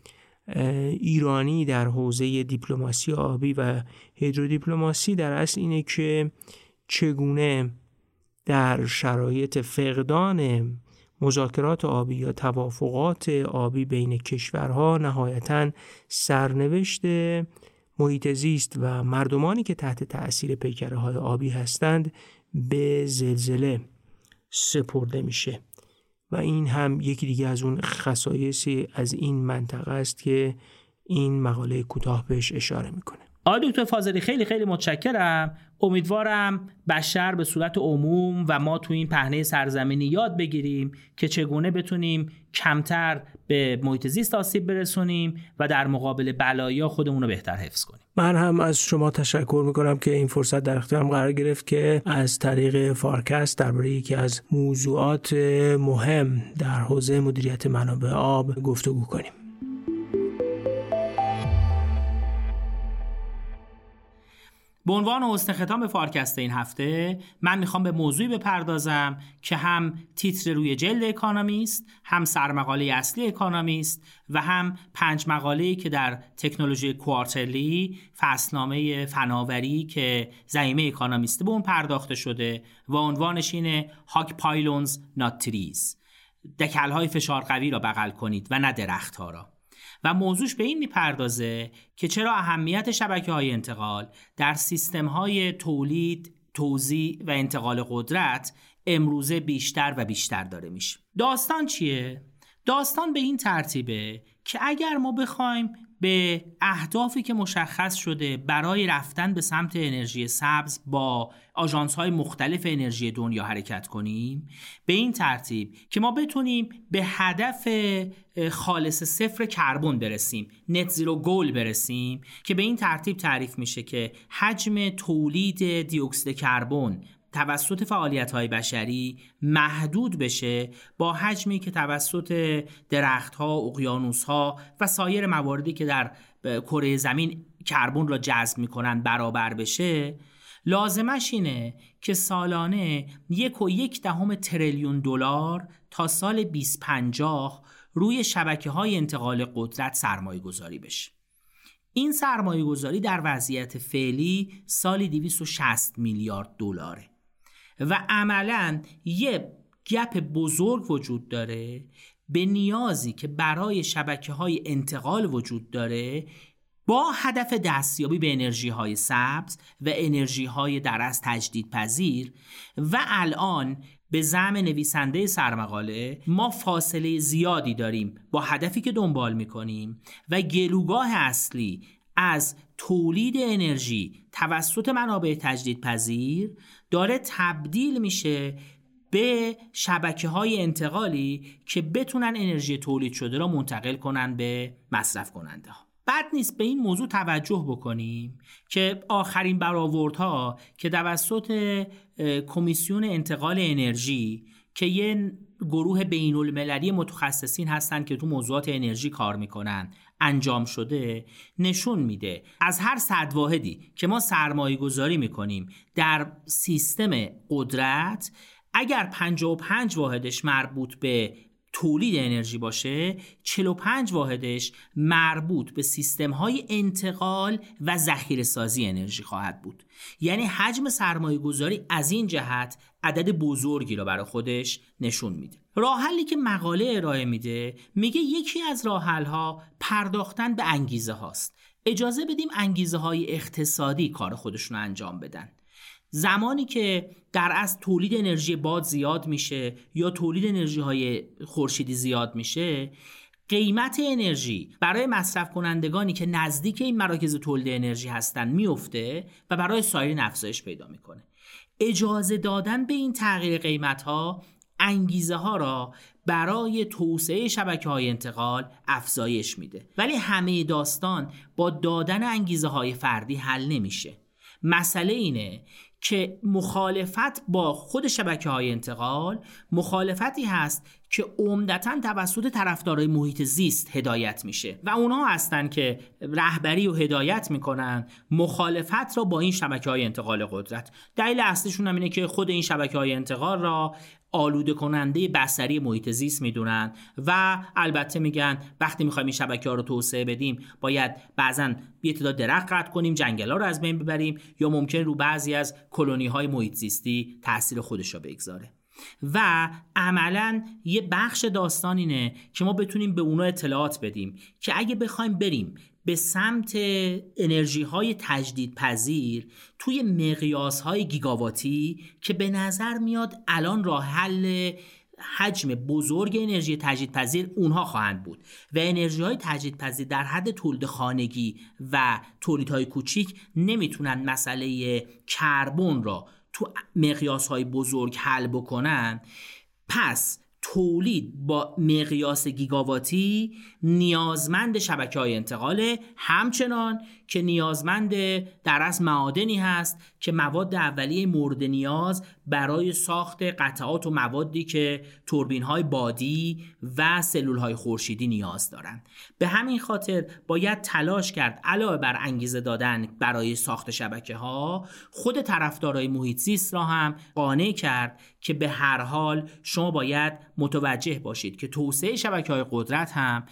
ایرانی در حوزه دیپلماسی آبی و هیدرودیپلماسی در اصل اینه که چگونه در شرایط فقدان مذاکرات آبی یا توافقات آبی بین کشورها نهایتاً سرنوشت محیط زیست و مردمانی که تحت تأثیر پیکره‌های آبی هستند به زلزله سپرده میشه و این هم یکی دیگه از اون خصایصی از این منطقه است که این مقاله کوتاه بهش اشاره میکنه. آقای دکتر فاضلی خیلی خیلی متشکرم. امیدوارم بشر به صورت عموم و ما تو این پهنه سرزمینی یاد بگیریم که چگونه بتونیم کمتر به محیط زیست آسیب برسونیم و در مقابل بلایا خودمون رو بهتر حفظ کنیم. من هم از شما تشکر میکنم که این فرصت در اختیارم قرار گرفت که از طریق فارکست درباره یکی از موضوعات مهم در حوزه مدیریت منابع آب گفتگو کنیم. به عنوان حسن ختام فارکست این هفته من میخوام به موضوعی بپردازم که هم تیتر روی جلد اکانومیست، هم سرمقاله اصلی اکانومیست و هم پنج مقاله‌ای که در تکنولوژی کوارترلی فصلنامه فناوری که زمینه اکانومیست به اون پرداخته شده و عنوانش اینه هاک پایلونز نات تریز، دکل‌های فشار قوی را بغل کنید و نه درخت‌ها را. و موضوعش به این میپردازه که چرا اهمیت شبکه‌های انتقال در سیستم‌های تولید، توزیع و انتقال قدرت امروزه بیشتر و بیشتر داره میشه. داستان چیه؟ داستان به این ترتیبه که اگر ما بخوایم به اهدافی که مشخص شده برای رفتن به سمت انرژی سبز با آژانس‌های مختلف انرژی دنیا حرکت کنیم، به این ترتیب که ما بتونیم به هدف خالص صفر کربن برسیم، نت زیرو گول برسیم، که به این ترتیب تعریف میشه که حجم تولید دی اکسید کربن توسط فعالیت‌های بشری محدود بشه با حجمی که توسط درخت‌ها، اقیانوس‌ها و سایر مواردی که در کره زمین کربن را جذب می‌کنن برابر بشه. لازمش اینه که سالانه یک و یک دهم تریلیون دلار تا سال بیست پنجاه روی شبکه‌های انتقال قدرت سرمایه گذاری بشه. این سرمایه گذاری در وضعیت فعلی سالی دویست و شصت میلیارد دلاره و عملاً یه گپ بزرگ وجود داره به نیازی که برای شبکه‌های انتقال وجود داره با هدف دستیابی به انرژی‌های سبز و انرژی‌های در از تجدیدپذیر. و الان به زعم نویسنده سرمقاله ما فاصله زیادی داریم با هدفی که دنبال می‌کنیم و گلوگاه اصلی از تولید انرژی توسط منابع تجدیدپذیر داره تبدیل میشه به شبکه‌های انتقالی که بتونن انرژی تولید شده را منتقل کنن به مصرف کننده ها. بد نیست به این موضوع توجه بکنیم که آخرین برآوردها که توسط کمیسیون انتقال انرژی که یه گروه بین‌المللی متخصصین هستن که تو موضوعات انرژی کار میکنن انجام شده، نشون میده از هر صد واحدی که ما سرمایه گذاری میکنیم در سیستم قدرت، اگر پنجاه و پنج واحدش مربوط به تولید انرژی باشه، چهل و پنج واحدش مربوط به سیستم‌های انتقال و ذخیره‌سازی انرژی خواهد بود. یعنی حجم سرمایه‌گذاری از این جهت عدد بزرگی رو برای خودش نشون میده. راه حلی که مقاله ارائه میده میگه یکی از راه حل‌ها پرداختن به انگیزه هاست. اجازه بدیم انگیزه های اقتصادی کار خودشون رو انجام بدن. زمانی که در از تولید انرژی باد زیاد میشه یا تولید انرژی های خورشیدی زیاد میشه، قیمت انرژی برای مصرف کنندگانی که نزدیک این مراکز تولید انرژی هستن میفته و برای سایرین افزایش پیدا میکنه. اجازه دادن به این تغییر قیمت ها انگیزه ها را برای توسعه شبکه‌های انتقال افزایش میده. ولی همه داستان با دادن انگیزه های فردی حل نمیشه. مسئله اینه که مخالفت با خود شبکه‌های انتقال مخالفتی هست که عمدتاً توسط طرفدارای محیط زیست هدایت میشه و اونها هستن که رهبری و هدایت میکنن مخالفت را با این شبکه‌های انتقال قدرت. دلیل اصلیشون هم اینه که خود این شبکه‌های انتقال را آلوده کننده بصری محیط زیست میدونن و البته میگن وقتی میخوایم این شبکه‌ها رو توسعه بدیم باید بعضن یه تعداد درخت قطع کنیم، جنگل‌ها رو از بین ببریم یا ممکن رو بعضی از کلونی‌های محیط زیستی تاثیر خودش رو بگذاره. و عملاً یه بخش داستان اینه که ما بتونیم به اونا اطلاعات بدیم که اگه بخوایم بریم به سمت انرژی های تجدید پذیر توی مقیاس های گیگاواتی که به نظر میاد الان راه حل حجم بزرگ انرژی تجدید پذیر اونها خواهند بود و انرژی های تجدید پذیر در حد تولید خانگی و تولیدهای کوچیک نمیتونن مسئله کربن را تو مقیاس های بزرگ حل بکنن. پس تولید با مقیاس گیگاواتی نیازمند شبکه‌های انتقاله، همچنان که نیازمند در اصل معادنی هست که مواد اولیه مورد نیاز برای ساخت قطعات و موادی که توربین‌های بادی و سلول‌های خورشیدی نیاز دارند. به همین خاطر باید تلاش کرد علاوه بر انگیزه دادن برای ساخت شبکه‌ها، خود طرفدارای محیط زیست را هم قانع کرد که به هر حال شما باید متوجه باشید که توسعه شبکه‌های قدرت هم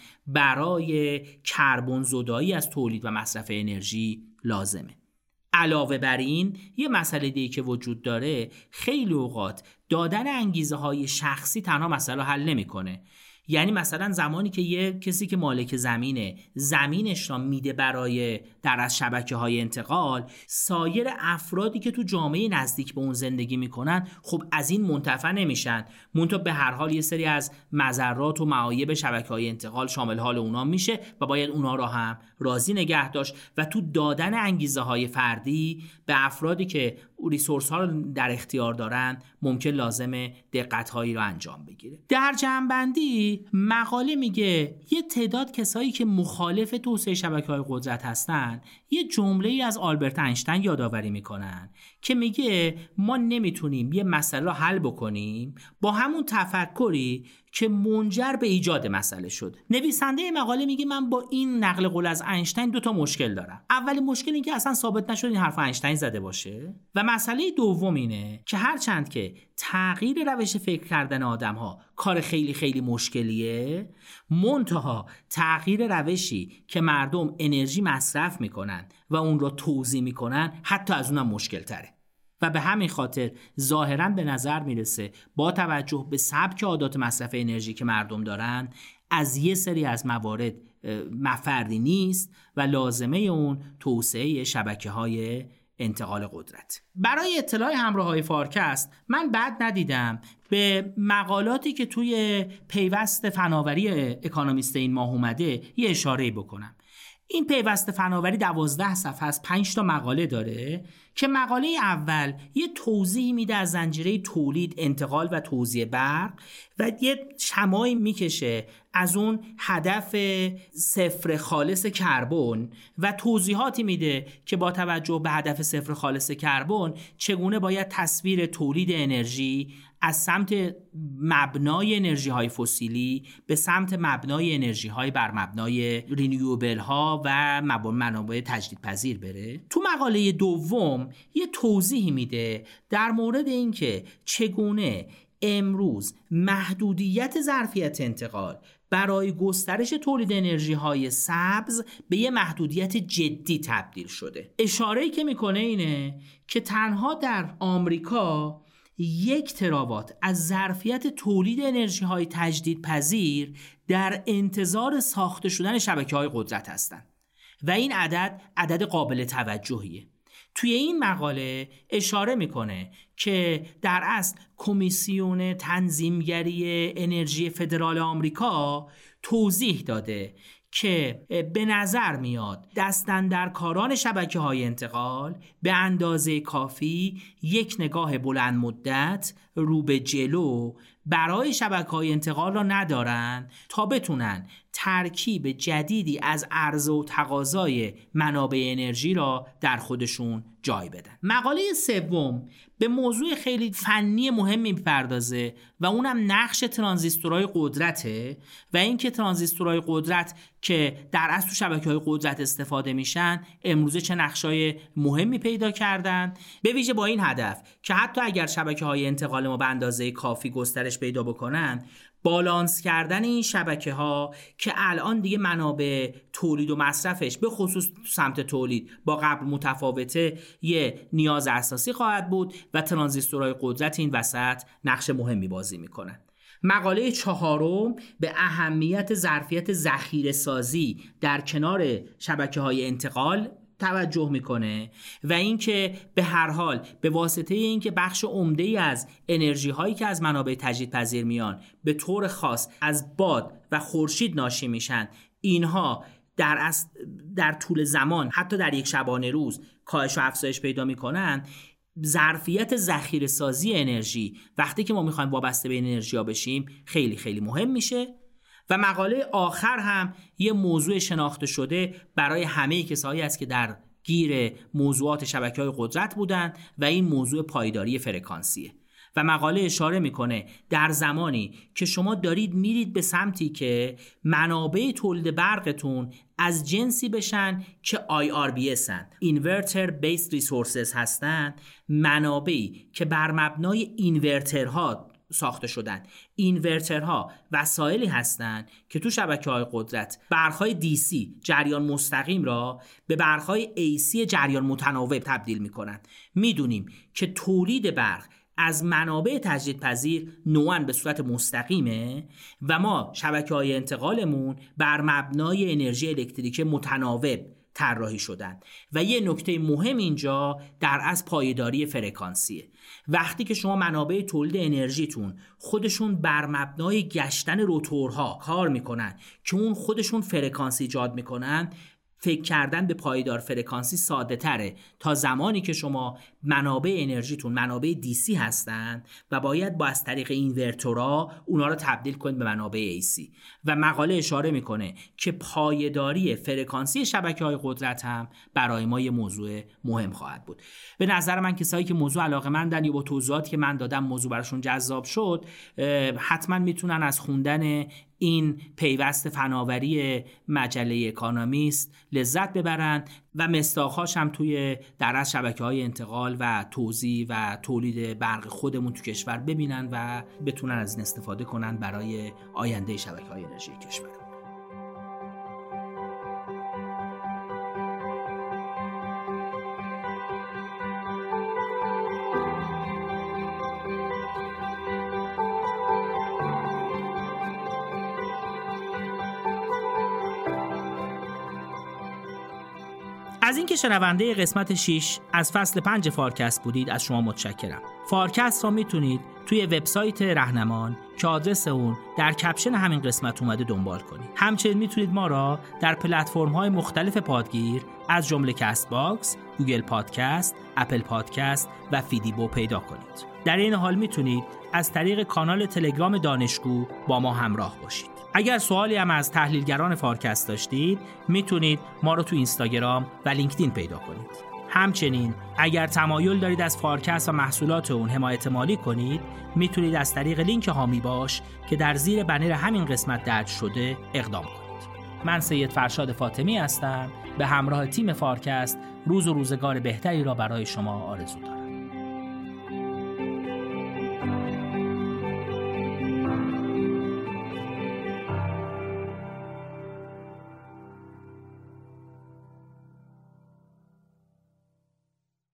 برای کربن زدایی از تولید و مصرف انرژی لازمه. علاوه بر این یه مسئله دیگه که وجود داره، خیلی اوقات دادن انگیزه های شخصی تنها مسئله حل نمی‌کنه. یعنی مثلا زمانی که یه کسی که مالک زمینه زمینش را میده برای در از شبکه‌های انتقال، سایر افرادی که تو جامعه نزدیک به اون زندگی میکنن خب از این منتفع نمیشن، منتها به هر حال یه سری از مضرات و معایب شبکه‌های انتقال شامل حال اونا میشه و باید اونا را هم راضی نگه داشت و تو دادن انگیزه های فردی به افرادی که ریسورس ها رو در اختیار دارن ممکن لازمه دقت هایی رو انجام بگیره. در جمع‌بندی مقاله میگه یه تعداد کسایی که مخالف توسعه شبکه‌های قدرت هستن یه جمله‌ای از آلبرت اینشتین یادآوری میکنن که میگه ما نمیتونیم یه مسئله رو حل بکنیم با همون تفکری که منجر به ایجاد مسئله شد. نویسنده مقاله میگه من با این نقل قول از اینشتین دو تا مشکل دارم. اول مشکل این که اصلا ثابت نشد این حرف اینشتین زده باشه و مسئله دوم اینه که هرچند که تغییر روش فکر کردن آدم‌ها کار خیلی خیلی مشکلیه، منتها تغییر روشی که مردم انرژی مصرف میکنن و اون رو توزیع میکنن حتی از اونم مشکل تره. و به همین خاطر ظاهراً به نظر میرسه با توجه به سبک عادات مصرف انرژی که مردم دارن از یه سری از موارد مفردی نیست و لازمه اون توسعه شبکه‌های انتقال قدرت. برای اطلاع همراه‌های فارکست من بعد ندیدم به مقالاتی که توی پیوست فناوری اکونومیست این ماه اومده یه اشاره بکنم. این پیوست فناوری دوازده صفحه از پنج تا مقاله داره که مقاله اول یه توضیح میده از زنجیره تولید، انتقال و توزیع برق و یه شمایی میکشه از اون هدف صفر خالص کربن و توضیحاتی میده که با توجه به هدف صفر خالص کربن چگونه باید تصویر تولید انرژی از سمت مبنای انرژی های فسیلی به سمت مبنای انرژی های بر مبنای رینیوبل ها و منابع تجدید پذیر بره. تو مقاله دوم یه توضیح میده در مورد اینکه چگونه امروز محدودیت ظرفیت انتقال برای گسترش تولید انرژی های سبز به یه محدودیت جدی تبدیل شده. اشاره‌ای که میکنه اینه که تنها در آمریکا یک تراوات از ظرفیت تولید انرژی های تجدید پذیر در انتظار ساخته شدن شبکه های قدرت هستند و این عدد عدد قابل توجهیه. توی این مقاله اشاره میکنه که در اصل کمیسیون تنظیمگری انرژی فدرال آمریکا توضیح داده که به نظر میاد دستاندرکاران شبکه‌های انتقال به اندازه کافی یک نگاه بلند مدت رو به جلو برای شبکه‌های انتقال را ندارن تا بتونن ترکیب جدیدی از عرضه و تقاضای منابع انرژی را در خودشون جای بدن. مقاله سوم به موضوع خیلی فنی مهمی میپردازه و اونم نقش ترانزیستورهای قدرته و اینکه ترانزیستورهای قدرت که در اصل تو شبکه‌های قدرت استفاده میشن امروزه چه نقشای مهمی پیدا کردن، به ویژه با این هدف که حتی اگر شبکه‌های انتقال ما به اندازه کافی گسترش پیدا بکنن، بالانس کردن این شبکه ها که الان دیگه منابع تولید و مصرفش به خصوص سمت تولید با قبل متفاوته یه نیاز اساسی خواهد بود و ترانزیستورهای قدرت این وسط نقش مهمی بازی میکنن. مقاله چهارم به اهمیت ظرفیت ذخیره سازی در کنار شبکه های انتقال توجه میکنه و اینکه به هر حال به واسطه اینکه بخش عمده‌ای از انرژی هایی که از منابع تجدیدپذیر میان به طور خاص از باد و خورشید ناشی میشن، اینها در اصل در طول زمان حتی در یک شبانه روز کاهش و افزایش پیدا میکنن. ظرفیت ذخیره سازی انرژی وقتی که ما میخوایم وابسته به انرژی ها بشیم خیلی خیلی مهم میشه. و مقاله آخر هم یه موضوع شناخته شده برای همه کسایی است که در گیر موضوعات شبکه‌های قدرت بودن و این موضوع پایداری فرکانسیه. و مقاله اشاره میکنه در زمانی که شما دارید میرید به سمتی که منابع تولید برقتون از جنسی بشن که آی آر بی اس هستند، Inverter Based Resources هستند، منابعی که بر مبنای اینورترها ساخته شدن. اینورترها وسایلی هستند که تو شبکه‌های قدرت برق‌های دی سی جریان مستقیم را به برق‌های ای سی جریان متناوب تبدیل می‌کنند. می‌دونیم که تولید برق از منابع تجدیدپذیر نوعاً به صورت مستقیمه و ما شبکه‌های انتقالمون بر مبنای انرژی الکتریکی متناوب طراحی شدن و یه نکته مهم اینجا در از پایداری فرکانسیه. وقتی که شما منابع تولید انرژیتون خودشون بر مبنای گشتن روتورها کار میکنن که اون خودشون فرکانسی ایجاد میکنن، فکر کردن به پایدار فرکانسی ساده تره تا زمانی که شما منابع انرژیتون منابع دی سی هستن و باید با از طریق اینورتورها اونا رو تبدیل کنید به منابع ای سی. و مقاله اشاره میکنه که پایداری فرکانسی شبکه‌های قدرت هم برای ما یه موضوع مهم خواهد بود. به نظر من کسایی که موضوع علاقه‌مندن یا با توضیحاتی که من دادم موضوع براشون جذاب شد، حتما میتونن از خوندن این پیوست فناوری مجله اکانومیست لذت ببرند و مصداق‌هاش هم توی درس شبکه‌های انتقال و توزیع و تولید برق خودمون تو کشور ببینن و بتونن از این استفاده کنن برای آینده شبکه‌های انرژی کشور. از اینکه شنونده قسمت شش از فصل پنج فارکست بودید از شما متشکرم. فارکست را میتونید توی وبسایت رهنمان که آدرس اون در کپشن همین قسمت اومده دنبال کنید. همچنین میتونید ما را در پلتفرم‌های مختلف پادگیر از جمله کست باکس، گوگل پادکست، اپل پادکست و فیدیبو پیدا کنید. در این حال میتونید از طریق کانال تلگرام دانشگو با ما همراه باشید. اگر سوالی هم از تحلیلگران فارکست داشتید میتونید ما رو تو اینستاگرام و لینکدین پیدا کنید. همچنین اگر تمایل دارید از فارکست و محصولات اون حمایت مالی کنید میتونید از طریق لینک هامی باش که در زیر بنر همین قسمت درج شده اقدام کنید. من سید فرشاد فاطمی هستم. به همراه تیم فارکست روز و روزگار بهتری را برای شما آرزو دارم.